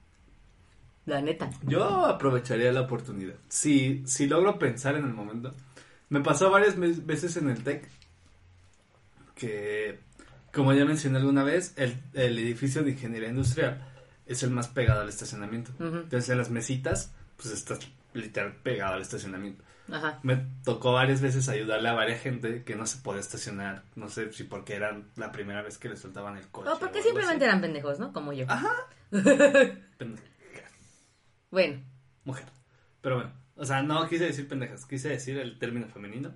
La neta. Yo aprovecharía la oportunidad. Si logro pensar en el momento. Me pasó varias veces en el TEC que, como ya mencioné alguna vez, el edificio de ingeniería industrial es el más pegado al estacionamiento. Entonces, en las mesitas, pues estás literal pegado al estacionamiento. Ajá. Me tocó varias veces ayudarle a varias gente que no se podía estacionar. No sé si porque era la primera vez que le soltaban el coche. O porque simplemente eran pendejos, ¿no? Como yo. Ajá. Bueno. Mujer. Pero bueno. O sea, no quise decir pendejas, quise decir el término femenino.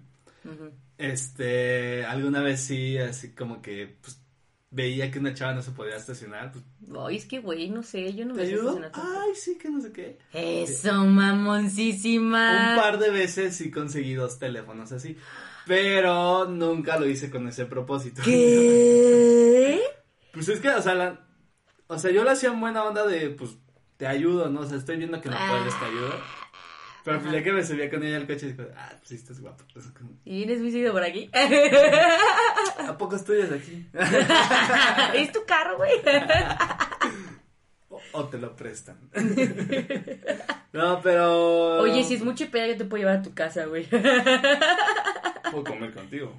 Alguna vez sí, así como que, pues, veía que una chava no se podía estacionar, pues... Ay, es que, güey, no sé, yo no me sé estacionar. Ay, sí, que no sé qué. Eso, mamoncísima. Un par de veces sí conseguí 2 teléfonos así, pero nunca lo hice con ese propósito. ¿Qué? Pues es que, o sea, yo lo hacía en buena onda de, pues, te ayudo, ¿no? O sea, estoy viendo que no puedes, te ayudo. Pero pues ya que me subía con ella al coche, dijo, pues sí, estás guapo. ¿Y vienes muy seguido por aquí? ¿A poco estudias aquí? ¿Es tu carro, güey? O te lo prestan. No, pero... Oye, si es mucho peda, yo te puedo llevar a tu casa, güey. Puedo comer contigo.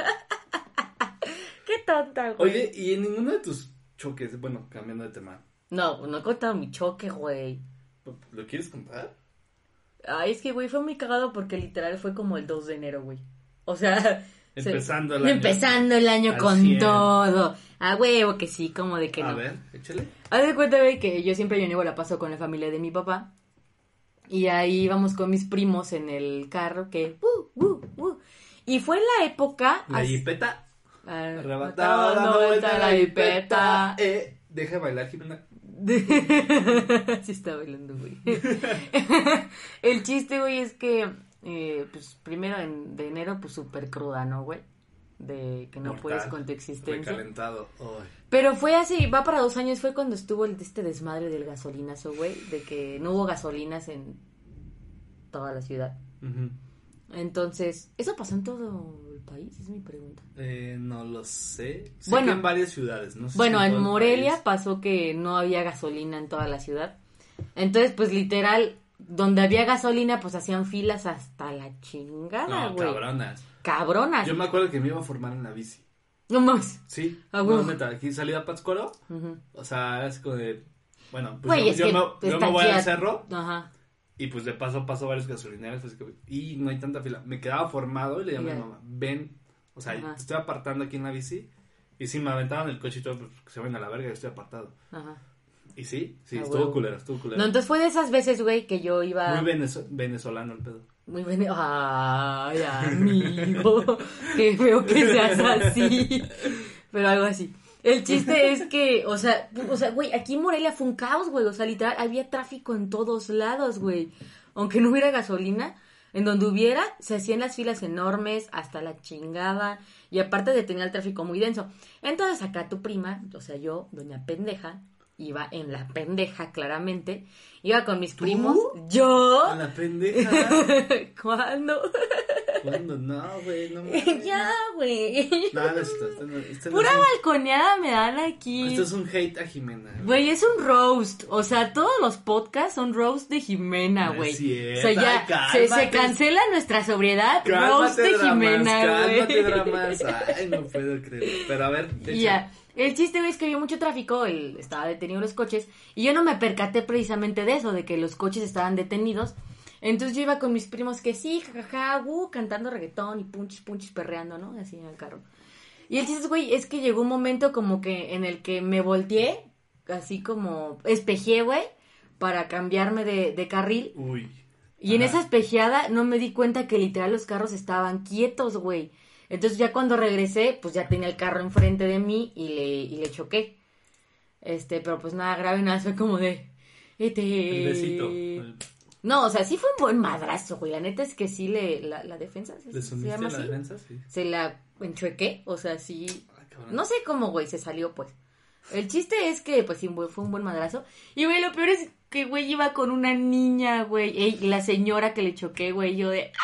Qué tonta, güey. Oye, y en ninguno de tus choques, bueno, cambiando de tema, No he contado mi choque, güey. ¿Lo quieres contar? Ay, es que, güey, fue muy cagado porque literal fue como el 2 de enero, güey. O sea... Empezando el año. Empezando el año con 100. todo. A huevo que sí, como de que no. A ver, échale. Haz de cuenta, güey, que yo siempre Año Nuevo la paso con la familia de mi papá. Y ahí íbamos con mis primos en el carro que... Y fue en la época... La jipeta. Arrebataba dando vuelta la jipeta. Deja de bailar, Jimena. Sí está bailando, güey. El chiste, güey, es que... pues primero de enero, pues súper cruda, ¿no, güey? De que no Mortal, puedes con tu existencia. Recalentado. Ay. Pero fue así, va para 2 años, fue cuando estuvo este desmadre del gasolinazo, güey, de que no hubo gasolinas en toda la ciudad. Uh-huh. Entonces, ¿eso pasó en todo el país? Es mi pregunta. No lo sé. Sé Bueno, que en varias ciudades, no sé. Bueno, si en todo el Morelia país. pasó que no había gasolina en toda la ciudad. Entonces, pues literal, donde había gasolina, pues hacían filas hasta la chingada, No, güey. Cabronas. Yo me acuerdo que me iba a formar en la bici. No más. Sí. Ah, No, güey. neta, aquí salí a Pátzcuaro. Ujú. O sea, es como de... Bueno, pues Güey, es yo que me está voy aquí al cerro. Ajá. Y pues de paso varios gasolineros. Así que, y no hay tanta fila. Me quedaba formado y le llamé a mi Ya. mamá. Ven, o sea, Ajá. te estoy apartando aquí en la bici. Y sí, me aventaban el coche y todo, pues que se vayan a la verga, yo estoy apartado. Ajá. Y sí, Ah, estuvo huevo. culero. No, entonces fue de esas veces, güey, que yo iba... Muy venezolano el pedo. Muy bien. Ay, amigo. Qué feo que seas así. Pero algo así. El chiste es que, o sea, güey, aquí en Morelia fue un caos, güey. O sea, literal, había tráfico en todos lados, güey. Aunque no hubiera gasolina, en donde hubiera, se hacían las filas enormes, hasta la chingada. Y aparte de tener el tráfico muy denso. Entonces acá tu prima, o sea, yo, doña pendeja, iba en la pendeja, claramente. Iba con mis primos. ¿Yo? A la pendeja. ¿Cuándo? ¿Cuándo? No, güey, no Ya, güey. No, esto no Pura es balconeada me dan aquí. esto es un hate a Jimena. Güey, es un roast. O sea, todos los podcasts son roast de Jimena, No es güey. cierto. O sea, ya Ay, se cálmate. cancela nuestra sobriedad. Roast de Jimena, Cálmate, güey. dramas. Ay, no puedo creer. Pero a ver, Y ya. El chiste, güey, es que había mucho tráfico, estaba detenido los coches, y yo no me percaté precisamente de eso, de que los coches estaban detenidos. Entonces yo iba con mis primos que sí, jajaja, cantando reggaetón y punchis, perreando, ¿no? Así en el carro. Y el chiste, güey, es que llegó un momento como que en el que me volteé, así como espejé, güey, para cambiarme de carril. Uy. Y en esa espejeada no me di cuenta que literal los carros estaban quietos, güey. Entonces ya cuando regresé, pues ya tenía el carro enfrente de mí y le choqué. Pero pues nada grave, nada, fue como de... El besito. No, o sea, sí fue un buen madrazo, güey. La neta es que sí la defensa, ¿Le ¿se sumiste llama la así? defensa? Sí. Se la enchuequé, o sea, sí... Ay, cabrón. No sé cómo, güey, se salió, pues. El chiste es que, pues sí, fue un buen madrazo. Y, güey, lo peor es que, güey, iba con una niña, güey. Y la señora que le choqué, güey, yo de...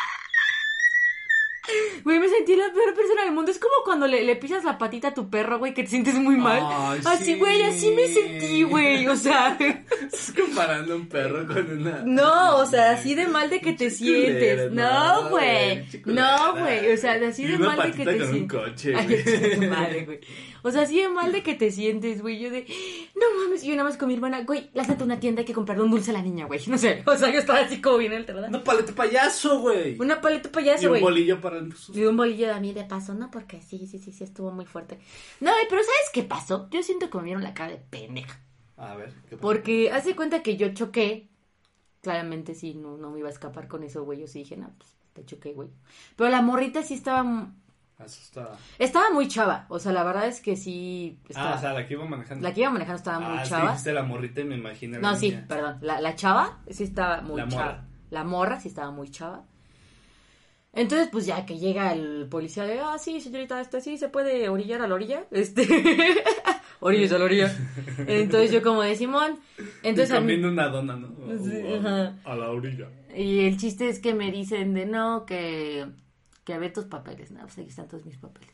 Güey, me sentí la peor persona del mundo. Es como cuando le pisas la patita a tu perro, güey, que te sientes muy mal. Ay, así, sí. güey, así me sentí, güey. O sea... Estás comparando un perro con una... No, o sea, así de mal de que te Chiculera, sientes. No, no, güey. chiculera. No, güey. O sea, así Y de una mal de que patita te con un sientes. coche, Ay, güey. chinga tu madre, güey. O sea, así de mal de que te sientes, güey. Yo de, no mames, yo nada más con mi hermana, güey, lásate a una tienda, hay que comprarle un dulce a la niña, güey. No sé, o sea, yo estaba así como bien alterada. Una paleta payaso, güey. Una paleta Y payaso, un güey. bolillo para el... Y un bolillo a mí de paso, ¿no? Porque sí, estuvo muy fuerte. No, güey, pero ¿sabes qué pasó? Yo siento que me vieron la cara de pendeja. A ver, ¿qué pasa? Porque hace cuenta que yo choqué. Claramente sí, no me iba a escapar con eso, güey. Yo sí dije, no, pues te choqué, güey. Pero la morrita sí estaba... Asustada. Estaba muy chava. O sea, la verdad es que sí... Estaba... o sea, la que iba manejando. La que iba manejando estaba muy sí, chava. dijiste la morrita y me imaginé No, la sí, niña. perdón. La chava sí estaba muy La chava. morra. La morra sí estaba muy chava. Entonces, pues ya que llega el policía de, sí, señorita, sí se puede orillar a la orilla. Orillas a la orilla. Entonces yo como de Simón. Entonces a mí... comiendo una dona, ¿no? Sí, a la orilla. Y el chiste es que me dicen de no, que ve tus papeles, ¿no? Pues aquí están todos mis papeles.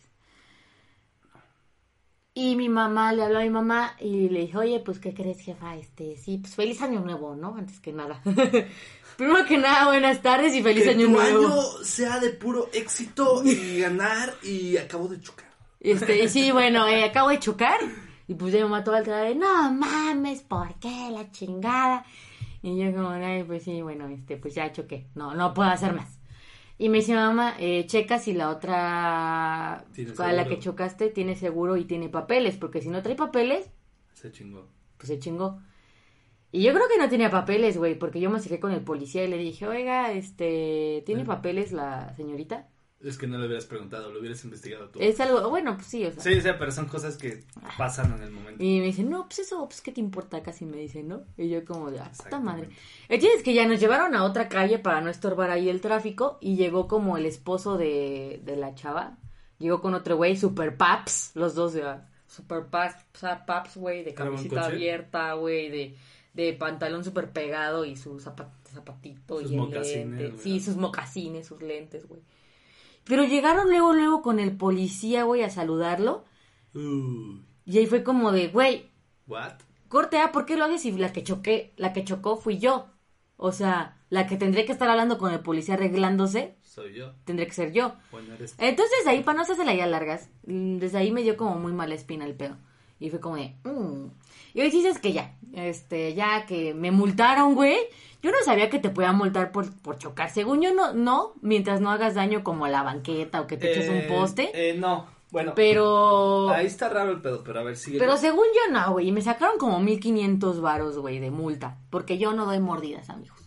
Y mi mamá, le habló a mi mamá y le dijo, oye, pues, ¿qué crees, jefa? Sí, pues, feliz año nuevo, ¿no? Antes que nada. Primero que nada, buenas tardes y feliz año nuevo. Que tu año sea de puro éxito y ganar y acabo de chocar. Y sí, bueno, acabo de chocar Y pues ya mi mamá toda alterada de, no mames, ¿por qué? La chingada. Y yo como, ay, pues sí, bueno, pues ya choqué. No puedo hacer más. Y me dice mamá, checa si la otra a la que chocaste tiene seguro y tiene papeles, porque si no trae papeles... Se chingó. Pues se chingó. Y yo creo que no tenía papeles, güey, porque yo me acerqué con el policía y le dije, oiga, ¿tiene papeles la señorita? Es que no le hubieras preguntado, lo hubieras investigado tú. Es algo, bueno, pues sí, o sea. Sí, o sea, pero son cosas que pasan en el momento. Y me dice, no, pues eso, pues qué te importa, casi me dice, ¿no? Y yo como de, puta madre. El chiste es que ya nos llevaron a otra calle para no estorbar ahí el tráfico y llegó como el esposo de la chava. Llegó con otro güey, super paps, los dos de super paps, güey, de camiseta abierta, güey, de pantalón super pegado y su zapatito sus y el mocasines, lente. Sí, sus mocasines, sus lentes, güey. Pero llegaron luego con el policía, güey, a saludarlo. Y ahí fue como de, güey. ¿What? Corte A, ¿por qué lo haces si la que chocó fui yo? O sea, la que tendría que estar hablando con el policía arreglándose. Soy yo. Tendría que ser yo. Bueno, eres tú. Entonces ahí, para no hacerse ya largas, desde ahí me dio como muy mala espina el pedo. Y fue como de, Y hoy dices que ya que me multaron, güey. Yo no sabía que te podían multar por chocar. Según yo, no, mientras no hagas daño como a la banqueta o que te eches un poste. No, bueno. Pero... Ahí está raro el pedo, pero a ver, sigue. Pero según yo, no, güey. Y me sacaron como 1,500 varos, güey, de multa. Porque yo no doy mordidas, amigos.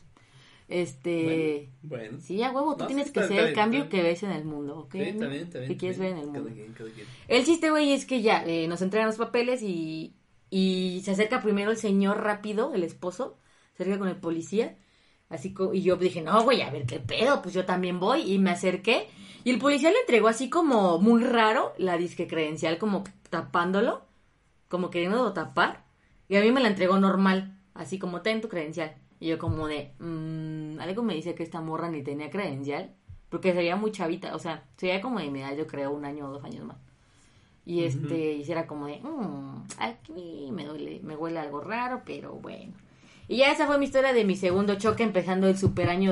Bueno. Sí, a huevo, tú tienes que ser el cambio que ves en el mundo, ¿ok? Sí, está bien. Que quieres ver en el mundo. Cada quien. El chiste, güey, es que ya nos entregan los papeles y se acerca primero el señor rápido, el esposo, se acerca con el policía, así y yo dije, no, güey, a ver qué pedo, pues yo también voy, y me acerqué, y el policía le entregó así como muy raro la disque credencial, como tapándolo, como queriendo tapar, y a mí me la entregó normal, así como ten tu credencial, y yo como de, algo me dice que esta morra ni tenía credencial, porque sería muy chavita, o sea, sería como de mi edad, yo creo, 1 año o 2 años más. Y y era como de, aquí me huele algo raro, pero bueno. Y ya esa fue mi historia de mi segundo choque, empezando el super año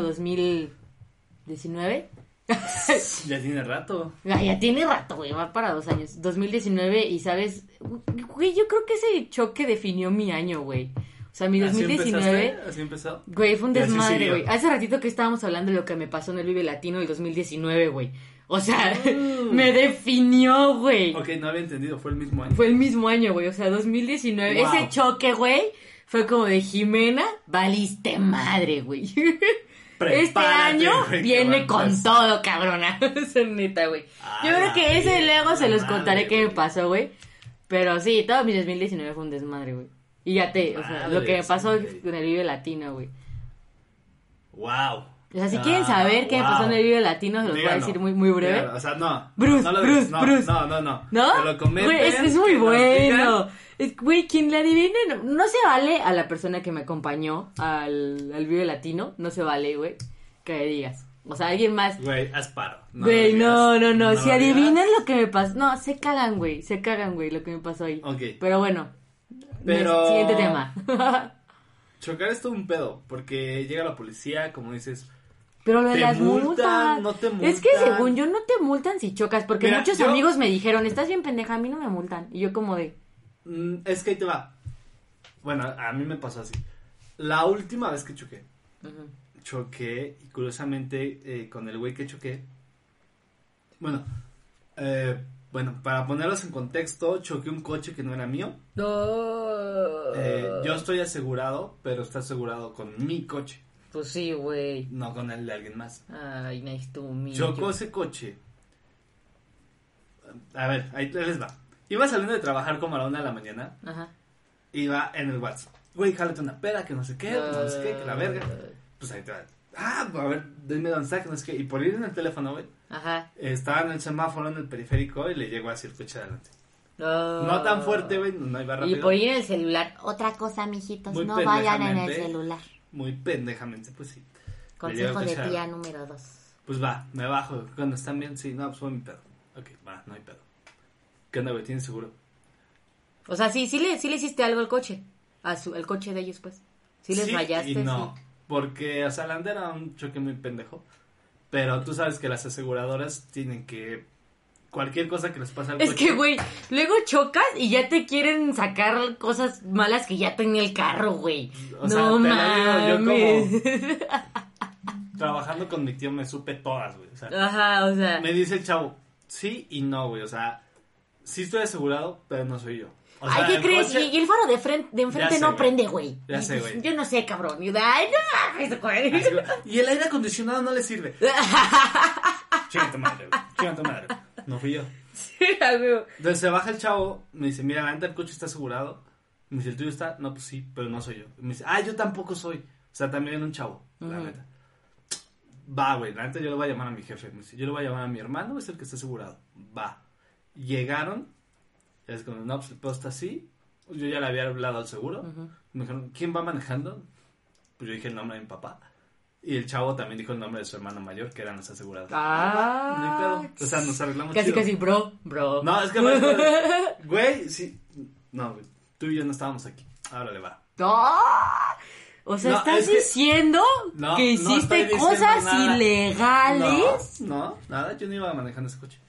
2019. Ya tiene rato. Ya tiene rato, güey, va para 2 años. 2019, y sabes, güey, yo creo que ese choque definió mi año, güey. O sea, mi 2019... ¿Así empezó? Güey, fue un desmadre, güey. Hace ratito que estábamos hablando de lo que me pasó en el Vive Latino del 2019, güey. O sea, me definió, güey. Ok, no había entendido, fue el mismo año. Fue el mismo año, güey, o sea, 2019. Wow. Ese choque, güey, fue como de Jimena, valiste madre, güey. Este año viene con todo, cabrona. Esa es neta, güey. Yo creo que ese luego se los contaré qué me pasó, güey. Pero sí, todo mi 2019 fue un desmadre, güey. Y ya o sea, lo que me pasó con el Vive Latino, güey. Wow. O sea, si quieren saber qué me pasó en el Vive Latino, se los voy a decir muy, muy breve. Díganlo. O sea, no. Bruce. No. ¿No? Te lo comenten. Güey, es muy bueno. Güey, quien le adivine, no se vale a la persona que me acompañó al Vive Latino, no se vale, güey, que le digas. O sea, alguien más. Güey, haz paro. Güey, no. Si adivinan lo que me pasó. No, se cagan, güey, lo que me pasó ahí. Ok. Pero bueno. Pero... Siguiente tema. Chocar es todo un pedo, porque llega la policía, como dices... Pero lo de las multas... No te multan. Es que según yo no te multan si chocas, porque mira, muchos amigos me dijeron, estás bien pendeja, a mí no me multan. Y yo como de... Es que ahí te va. Bueno, a mí me pasó así. La última vez que choqué, choqué, y curiosamente, con el güey que choqué... Bueno, para ponerlos en contexto, choqué un coche que no era mío. Yo estoy asegurado, pero está asegurado con mi coche. Pues sí, güey. No con el de alguien más. Ay, nice to meet you. Chocó ese coche. A ver, ahí les va. Iba saliendo de trabajar como a la 1 de la mañana. Ajá. Iba en el WhatsApp. Güey, jálate una peda, que no sé qué, que la verga. Pues ahí te va. A ver, denme un mensaje, no sé qué. Y por ir en el teléfono, güey. Ajá. Estaba en el semáforo, en el periférico, y le llegó así el coche adelante. No tan fuerte, güey, no iba rápido. Y por ir en el celular. Otra cosa, mijitos, muy no vayan en el celular. Muy pendejamente, pues sí. Consejo de tía número 2. Pues va, me bajo. Cuando están bien, sí, no, pues fue mi pedo. Ok, va, no hay pedo. ¿Qué onda, güey? ¿Tienes seguro? O sea, sí le hiciste algo al coche. El coche de ellos, pues. Sí les rayaste. Y no, sí. Porque, o sea, la era un choque muy pendejo. Pero tú sabes que las aseguradoras tienen que cualquier cosa que les pase al Es coche. que, güey, luego chocas y ya te quieren sacar cosas malas que ya tenía el carro, güey. O sea, No te lo digo, yo mames. Trabajando con mi tío me supe todas, güey. O sea, Ajá, o sea. me dice el chavo, sí y no, güey. O sea, sí estoy asegurado, pero no soy yo. O sea, Ay, ¿qué el crees? coche- Y el faro de enfrente Ya sé, no güey. prende, güey. Ya sé, güey. Yo no sé, cabrón. Y, ay, no mames, güey. Así, güey, y el aire acondicionado no le sirve. Chinga tu madre, güey. Chinga tu madre. No fui yo. Sí, güey. Entonces se baja el chavo, me dice, mira, la neta el coche está asegurado. Me dice, ¿el tuyo está? No, pues sí, pero no soy yo. Me dice, yo tampoco soy. O sea, también un chavo, la neta. Va, güey, la neta yo le voy a llamar a mi jefe. Me dice, yo le voy a llamar a mi hermano, es el que está asegurado. Va. Llegaron, y es como, no, pues el pedo está así. Yo ya le había hablado al seguro. Me dijeron, ¿quién va manejando? Pues yo dije el nombre de mi papá. Y el chavo también dijo el nombre de su hermano mayor, que eran los asegurados. No hay pedo. O sea, nos arreglamos Casi, chido. casi, bro. No, es que, güey, sí. No, güey, tú y yo no estábamos aquí. Ahora le va. No. O sea, No, ¿estás es que- No, diciendo que no estoy hiciste diciendo cosas nada. ilegales? No, nada, yo no iba manejando ese coche.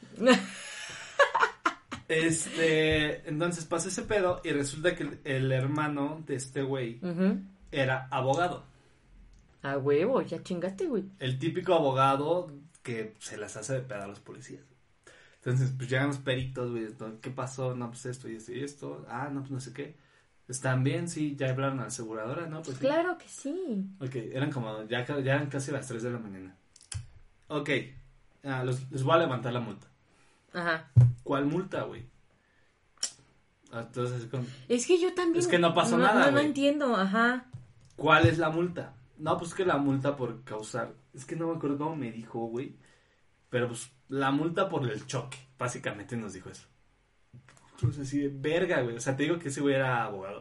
Entonces pasa ese pedo y resulta que el hermano de este güey Ujú. era abogado. A huevo, ya chingaste, güey. El típico abogado que se las hace de pedo a los policías. Entonces, pues llegan los peritos, güey. ¿Qué pasó? No, pues esto y esto y esto. No, pues no sé qué. ¿Están bien? Sí, ya hablaron a la aseguradora, ¿no? Pues sí. Claro que sí. Ok, eran como, ya eran casi las 3 de la mañana. Ok, les voy a levantar la multa. Ajá. ¿Cuál multa, güey? Entonces, Es que yo también. Es que no pasó nada, No güey. entiendo, ajá. ¿cuál es la multa? No, pues que la multa por causar, es que no me acuerdo cómo me dijo, güey. Pero pues, la multa por el choque, básicamente nos dijo eso. Entonces, así de verga, güey. O sea, te digo que ese güey era abogado.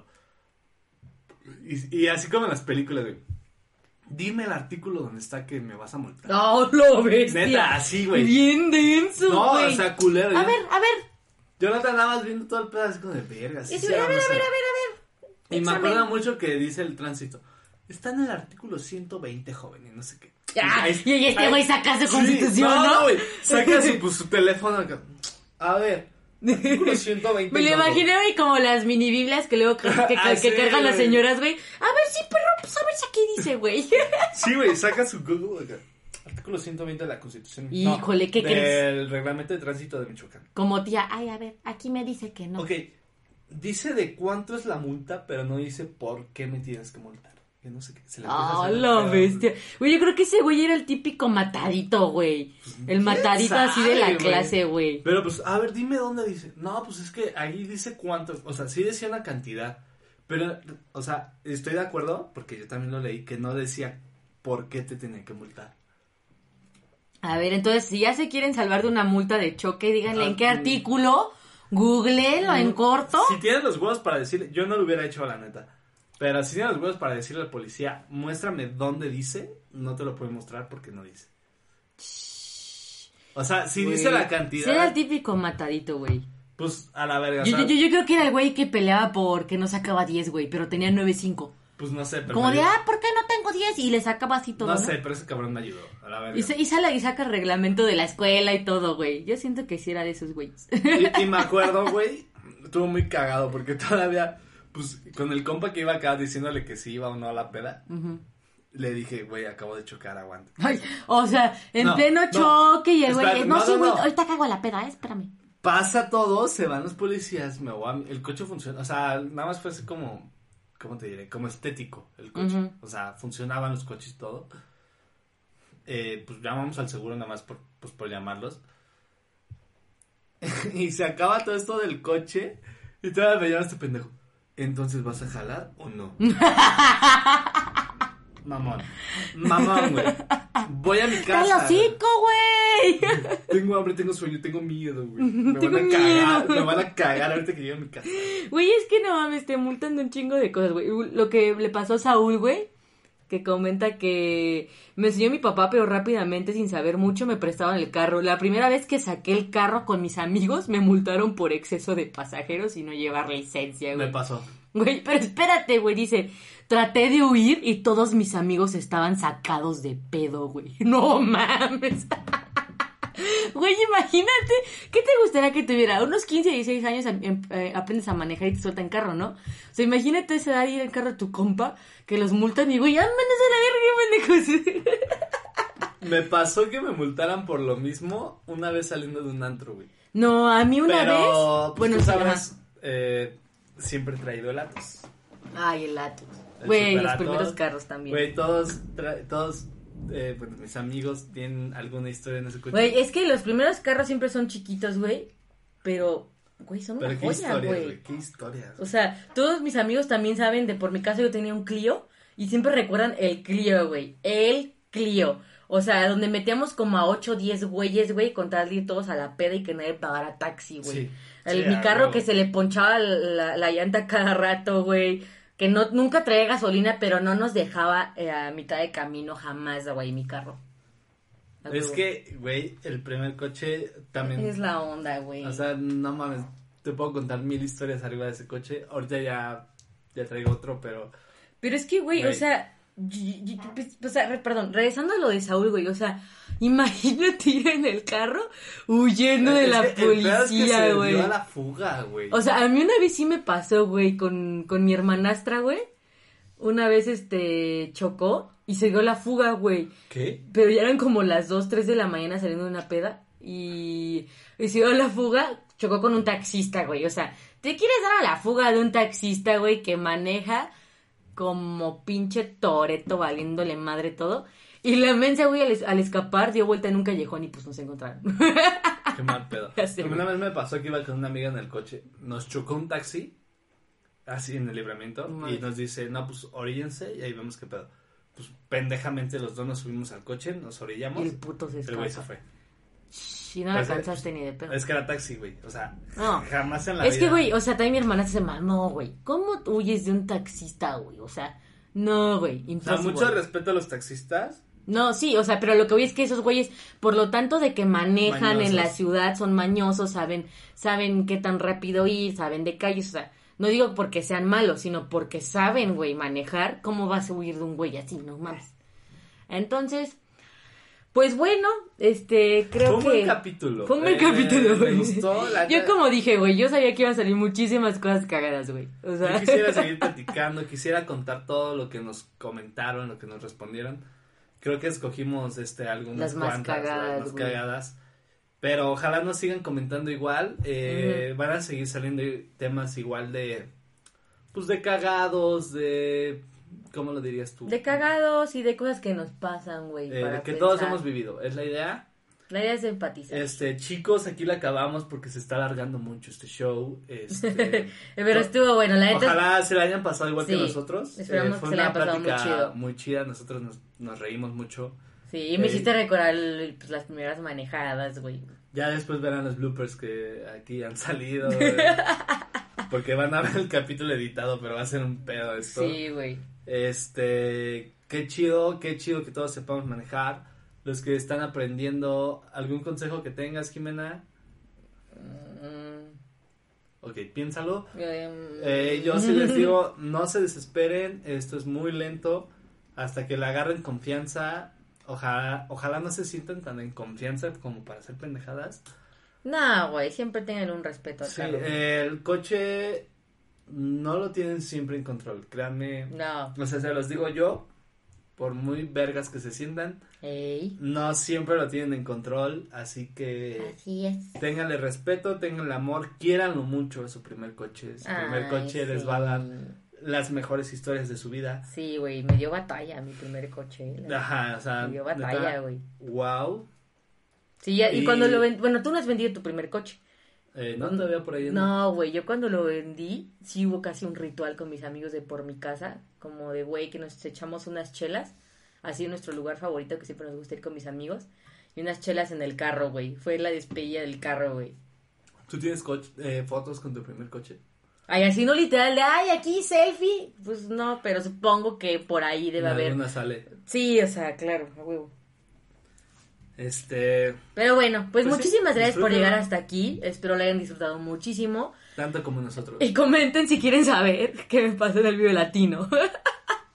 Y así como en las películas, güey. Dime el artículo donde está que me vas a multar. No, lo ves. Neta, así, güey. Bien denso, No, güey. o sea, culero. A yo- ver. Yo no te andaba viendo todo el pedazo como de verga. sí, A sí, ver, vamos a ver. Y me Examen. acuerdo mucho que dice el tránsito. Está en el artículo 120, joven, y no sé qué. Y este güey saca su constitución, ¿no? güey. Saca su teléfono acá. A ver, artículo 120. Me lo imaginé, güey, como las mini biblias que luego que Sí, cargan las güey. señoras, güey. A ver, sí, perro, pues a ver si aquí dice, güey. Sí, güey, saca su Google acá. Artículo 120 de la Constitución. Híjole, ¿qué crees? Del reglamento de tránsito de Michoacán. Como tía, ay, a ver, aquí me dice que no. Ok, dice de cuánto es la multa, pero no dice por qué me tienes que multar. Que no sé qué. Se le empieza a Ah, hacer la pedo. bestia. Güey, yo creo que ese güey era el típico matadito, güey. El matadito así de la sabe, güey? clase, güey. Pero pues, a ver, dime dónde dice. No, pues es que ahí dice cuánto. O sea, sí decía una cantidad. Pero, o sea, estoy de acuerdo, porque yo también lo leí, que no decía por qué te tenían que multar. A ver, entonces, si ya se quieren salvar de una multa de choque, díganle en qué artículo, googleenlo en corto. Si tienes los huevos para decirle, yo no lo hubiera hecho, la neta. Pero si tienes los huevos para decirle al policía, muéstrame dónde dice, no te lo puede mostrar porque no dice. O sea, si dice la cantidad, Sí, era el típico matadito, güey. pues a la verga. Yo o sea, creo que era el güey que peleaba porque no sacaba 10, güey, pero tenía 9.5. pues no sé, pero Como me de, ayudó. ¿por qué no tengo 10? Y le sacaba así todo, No ¿no? sé, pero ese cabrón me ayudó, a la verga. Y saca el reglamento de la escuela y todo, güey. Yo siento que sí era de esos güeyes. Y me acuerdo, güey, estuvo muy cagado porque todavía, pues, con el compa que iba acá diciéndole que sí iba o no a la peda, le dije, güey, acabo de chocar, aguanta. Ay, o sea, en No, pleno no, choque y el güey, espérate, no, no, sí, no, güey, no. ahorita cago a la peda, espérame. Pasa todo, se van los policías, me voy el coche funciona, o sea, nada más fue así como, ¿cómo te diré? Como estético el coche, o sea, funcionaban los coches y todo. Pues llamamos al seguro nada más por llamarlos. Y se acaba todo esto del coche y todavía me llama este pendejo. Entonces, ¿vas a jalar o no? Mamón, güey. Voy a mi casa. ¡Cállate hocico, güey! Tengo hambre, tengo sueño, tengo miedo, güey. Me Tengo van a cagar, miedo. me van a cagar ahorita que llegue a mi casa. Güey, es que no mames, te multan de un chingo de cosas, güey. Lo que le pasó a Saúl, güey, que comenta que me enseñó mi papá, pero rápidamente, sin saber mucho, me prestaban el carro. La primera vez que saqué el carro con mis amigos, me multaron por exceso de pasajeros y no llevar licencia, güey. Me pasó. Güey, pero espérate, güey, dice, traté de huir y todos mis amigos estaban sacados de pedo, güey. No mames. Güey, imagínate, ¿qué te gustaría que tuviera? Unos 15, 16 años aprendes a manejar y te sueltan carro, ¿no? O sea, imagínate esa edad ir al carro de tu compa, que los multan y güey, ¡ándase la verga, pendejos! Me pasó que me multaran por lo mismo una vez saliendo de un antro, güey. No, a mí una vez... Pero, pues, bueno, tú sabes, siempre he traído el Atos. Ay, el Atos. Güey, los Superatos. primeros carros también. Güey, todos bueno, mis amigos tienen alguna historia en ese coche. Güey, es que los primeros carros siempre son chiquitos, güey, pero, güey, son una joya, güey. Qué historias. O sea, todos mis amigos también saben por mi caso yo tenía un Clio y siempre recuerdan el Clio, güey, el Clio. O sea, donde metíamos como a 8 o 10 güeyes, güey, con tal de ir todos a la peda y que nadie pagara taxi, güey. Sí, mi carro que se le ponchaba la llanta cada rato, güey. Que nunca traía gasolina, pero no nos dejaba a mitad de camino jamás, güey, mi carro. Es que, güey, el primer coche también... Es la onda, güey. O sea, no mames, te puedo contar 1000 historias arriba de ese coche. Ahorita ya traigo otro, pero... Pero es que, güey, o sea... perdón, regresando a lo de Saúl, güey, o sea, imagínate ir en el carro huyendo de la policía, güey. Se dio a la fuga, güey. O sea, a mí una vez sí me pasó, güey, con mi hermanastra, güey. Una vez, chocó y se dio la fuga, güey. ¿Qué? Pero ya eran como las 2, 3 de la mañana saliendo de una peda y se dio la fuga, chocó con un taxista, güey. O sea, ¿te quieres dar a la fuga de un taxista, güey, que maneja como pinche Toretto valiéndole madre todo? Y la mensa, güey, al escapar dio vuelta en un callejón y pues nos encontraron. Qué mal pedo. Una vez me pasó que iba con una amiga en el coche, nos chocó un taxi, así en el Libramiento, y nos dice, no, pues oríllense y ahí vemos qué pedo. Pues pendejamente los dos nos subimos al coche, nos orillamos. Y el puto se escapa. Pero güey se fue. Y no la alcanzaste ni de pedo. Es que era taxi, güey. O sea, no, jamás en la vida. Es que, güey, o sea, también mi hermana se mamó, güey. ¿Cómo huyes de un taxista, güey? O sea, no, güey. O sea, mucho respeto a los taxistas. No, sí, o sea, pero lo que voy es que esos güeyes, por lo tanto de que manejan mañosos en la ciudad, son mañosos, saben qué tan rápido ir, saben de calles, o sea, no digo porque sean malos, sino porque saben, güey, manejar. ¿Cómo vas a huir de un güey así? No mames. Entonces, pues bueno, creo que... Fue un buen capítulo. Fue un buen capítulo, güey. Me gustó. Yo como dije, güey, yo sabía que iban a salir muchísimas cosas cagadas, güey. O sea... Yo quisiera seguir platicando, quisiera contar todo lo que nos comentaron, lo que nos respondieron. Creo que escogimos, algunas cuantas, las más cagadas. Pero ojalá nos sigan comentando igual. Van a seguir saliendo temas igual de, pues, de cagados, de... ¿Cómo lo dirías tú? De cagados y de cosas que nos pasan, güey. Que pensar. Todos hemos vivido, es la idea. La idea es empatizar. Chicos, aquí la acabamos porque se está alargando mucho este show. Pero estuvo bueno, la neta. Ojalá se la hayan pasado igual que nosotros. Esperamos que se la hayan pasado muy chido. Muy chida, nosotros nos reímos mucho. Sí, y me hiciste recordar pues, las primeras manejadas, güey. Ya después verán los bloopers que aquí han salido. Porque van a ver el capítulo editado, pero va a ser un pedo esto. Sí, güey. Qué chido que todos sepamos manejar. Los que están aprendiendo, ¿algún consejo que tengas, Jimena? Ok, piénsalo. Yo sí les digo, no se desesperen, esto es muy lento. Hasta que le agarren confianza. Ojalá no se sientan tan en confianza como para hacer pendejadas. No, güey, siempre tengan un respeto al carro. El coche no lo tienen siempre en control, créanme. No. O sea, se los digo yo, por muy vergas que se sientan. Ey. No siempre lo tienen en control, así que... Así es. Ténganle respeto, ténganle amor, quiéranlo mucho a su primer coche. Su primer coche les va a dar las mejores historias de su vida. Sí, güey, me dio batalla mi primer coche. Ajá, o sea... Me dio batalla, güey. Wow. Sí, y cuando lo vendí... Bueno, tú no has vendido tu primer coche. No, todavía por ahí. No, güey, yo cuando lo vendí, sí hubo casi un ritual con mis amigos de por mi casa, como de, güey, que nos echamos unas chelas, así en nuestro lugar favorito, que siempre nos gusta ir con mis amigos, y unas chelas en el carro, güey. Fue la despedida del carro, güey. ¿Tú tienes fotos con tu primer coche? Ay, así no literal de, ay, aquí selfie. Pues no, pero supongo que por ahí debe haber. Una sale. Sí, o sea, claro, a huevo. Pero bueno, pues muchísimas gracias por llegar hasta aquí. Espero lo hayan disfrutado muchísimo. Tanto como nosotros. Y comenten si quieren saber qué me pasó en el Vive Latino.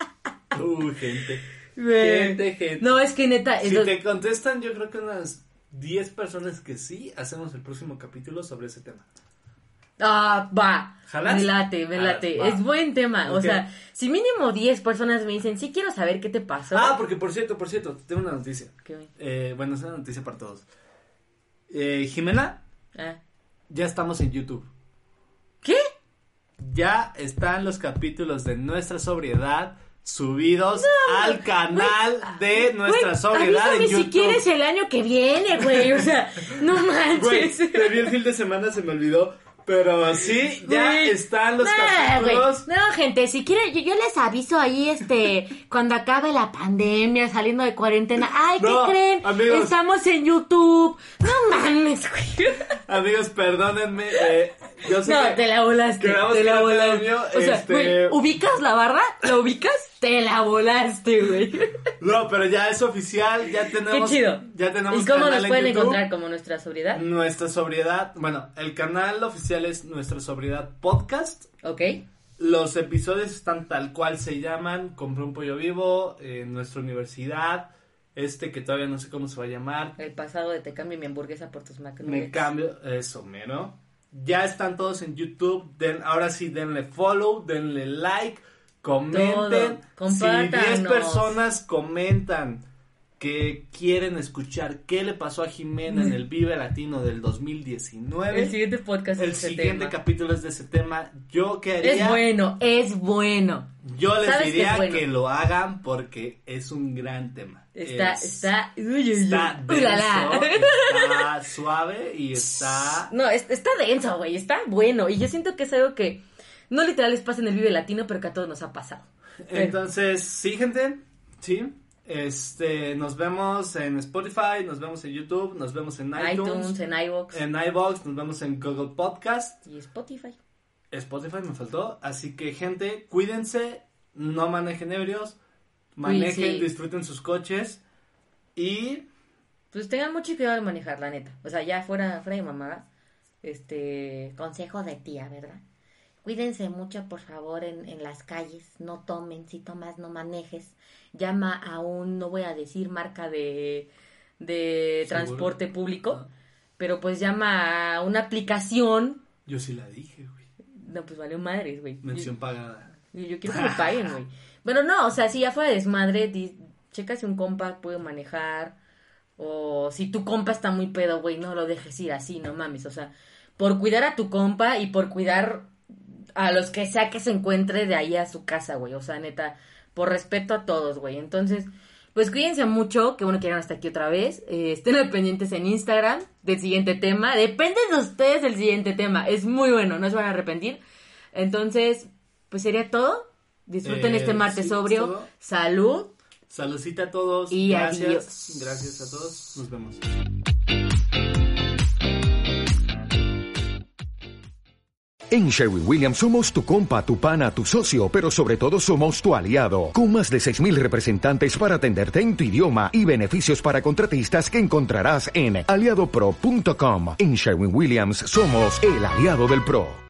Gente. Gente. No, es que neta. Si te contestan, yo creo que unas 10 personas que sí, hacemos el próximo capítulo sobre ese tema. Va. ¿Jalas? Me late. Va. Es buen tema. Okay. O sea, si mínimo 10 personas me dicen, sí quiero saber qué te pasó. Porque por cierto, tengo una noticia. ¿Qué? Bueno, es una noticia para todos. Jimena, ya estamos en YouTube. ¿Qué? Ya están los capítulos de Nuestra Sobriedad subidos al canal de Nuestra Sobriedad en YouTube. Si quieres el año que viene, güey. O sea, no manches. Güey, te vi el fin de semana, se me olvidó. Pero sí, ya están los capítulos. Güey. No, gente, si quieren, yo les aviso ahí, cuando acabe la pandemia, saliendo de cuarentena. Ay, ¿qué creen? Amigos, estamos en YouTube. No mames, güey. Amigos, perdónenme. Yo sé que te la volaste. Te la volaste. O sea, güey, ¿ubicas la barra? ¿La ubicas? Te la volaste, güey. No, pero ya es oficial, ya tenemos. Qué chido. Ya tenemos. ¿Y cómo canal nos pueden en YouTube? encontrar como Nuestra Sobriedad? Nuestra Sobriedad. Bueno, el canal oficial es Nuestra Sobriedad Podcast. Ok. Los episodios están tal cual se llaman. Compré un pollo vivo, Nuestra Universidad. Que todavía no sé cómo se va a llamar. El pasado de te cambio mi hamburguesa por tus McNuggets. Me cambio, eso mero. Ya están todos en YouTube. Ahora sí, denle follow, denle like, comenten. Si 10 personas comentan que quieren escuchar qué le pasó a Jimena en el Vive Latino del 2019. El siguiente podcast El siguiente capítulo es de ese tema. ¿Yo qué haría? Es bueno. Yo les diría que lo hagan porque es un gran tema. Está denso, está suave y está... No, está denso, güey, está bueno. Y yo siento que es algo que no literal les pasa en el Vive Latino, pero que a todos nos ha pasado. Entonces, sí, gente, sí. Nos vemos en Spotify, nos vemos en YouTube, nos vemos en iTunes, en iVoox. En iVoox, nos vemos en Google Podcast. Y Spotify. Spotify me faltó. Así que, gente, cuídense, no manejen ebrios, manejen, disfruten sus coches y... Pues tengan mucho cuidado de manejar, la neta. O sea, ya fuera de mamada, consejo de tía, ¿verdad? Cuídense mucho, por favor, en las calles. No tomen, si tomas no manejes. Llama a no voy a decir marca de transporte público, pero pues llama a una aplicación. Yo sí la dije, güey. No, pues valió madres, güey. Mención pagada. Yo quiero que me paguen, güey. Bueno, no, o sea, si ya fuera desmadre, checa si un compa puede manejar, o si tu compa está muy pedo, güey, no lo dejes ir así, no mames. O sea, por cuidar a tu compa y por cuidar a los que sea que se encuentre de ahí a su casa, güey. O sea, neta, por respeto a todos, güey. Entonces, pues cuídense mucho, que bueno que llegan hasta aquí otra vez. Estén al pendientes en Instagram del siguiente tema. Depende de ustedes el siguiente tema. Es muy bueno, no se van a arrepentir. Entonces, pues sería todo. Disfruten este martes sobrio. Salud. Saludcita a todos. Y gracias. Adiós. Gracias a todos. Nos vemos. En Sherwin-Williams somos tu compa, tu pana, tu socio, pero sobre todo somos tu aliado. Con más de 6,000 representantes para atenderte en tu idioma y beneficios para contratistas que encontrarás en aliadopro.com. En Sherwin-Williams somos el aliado del pro.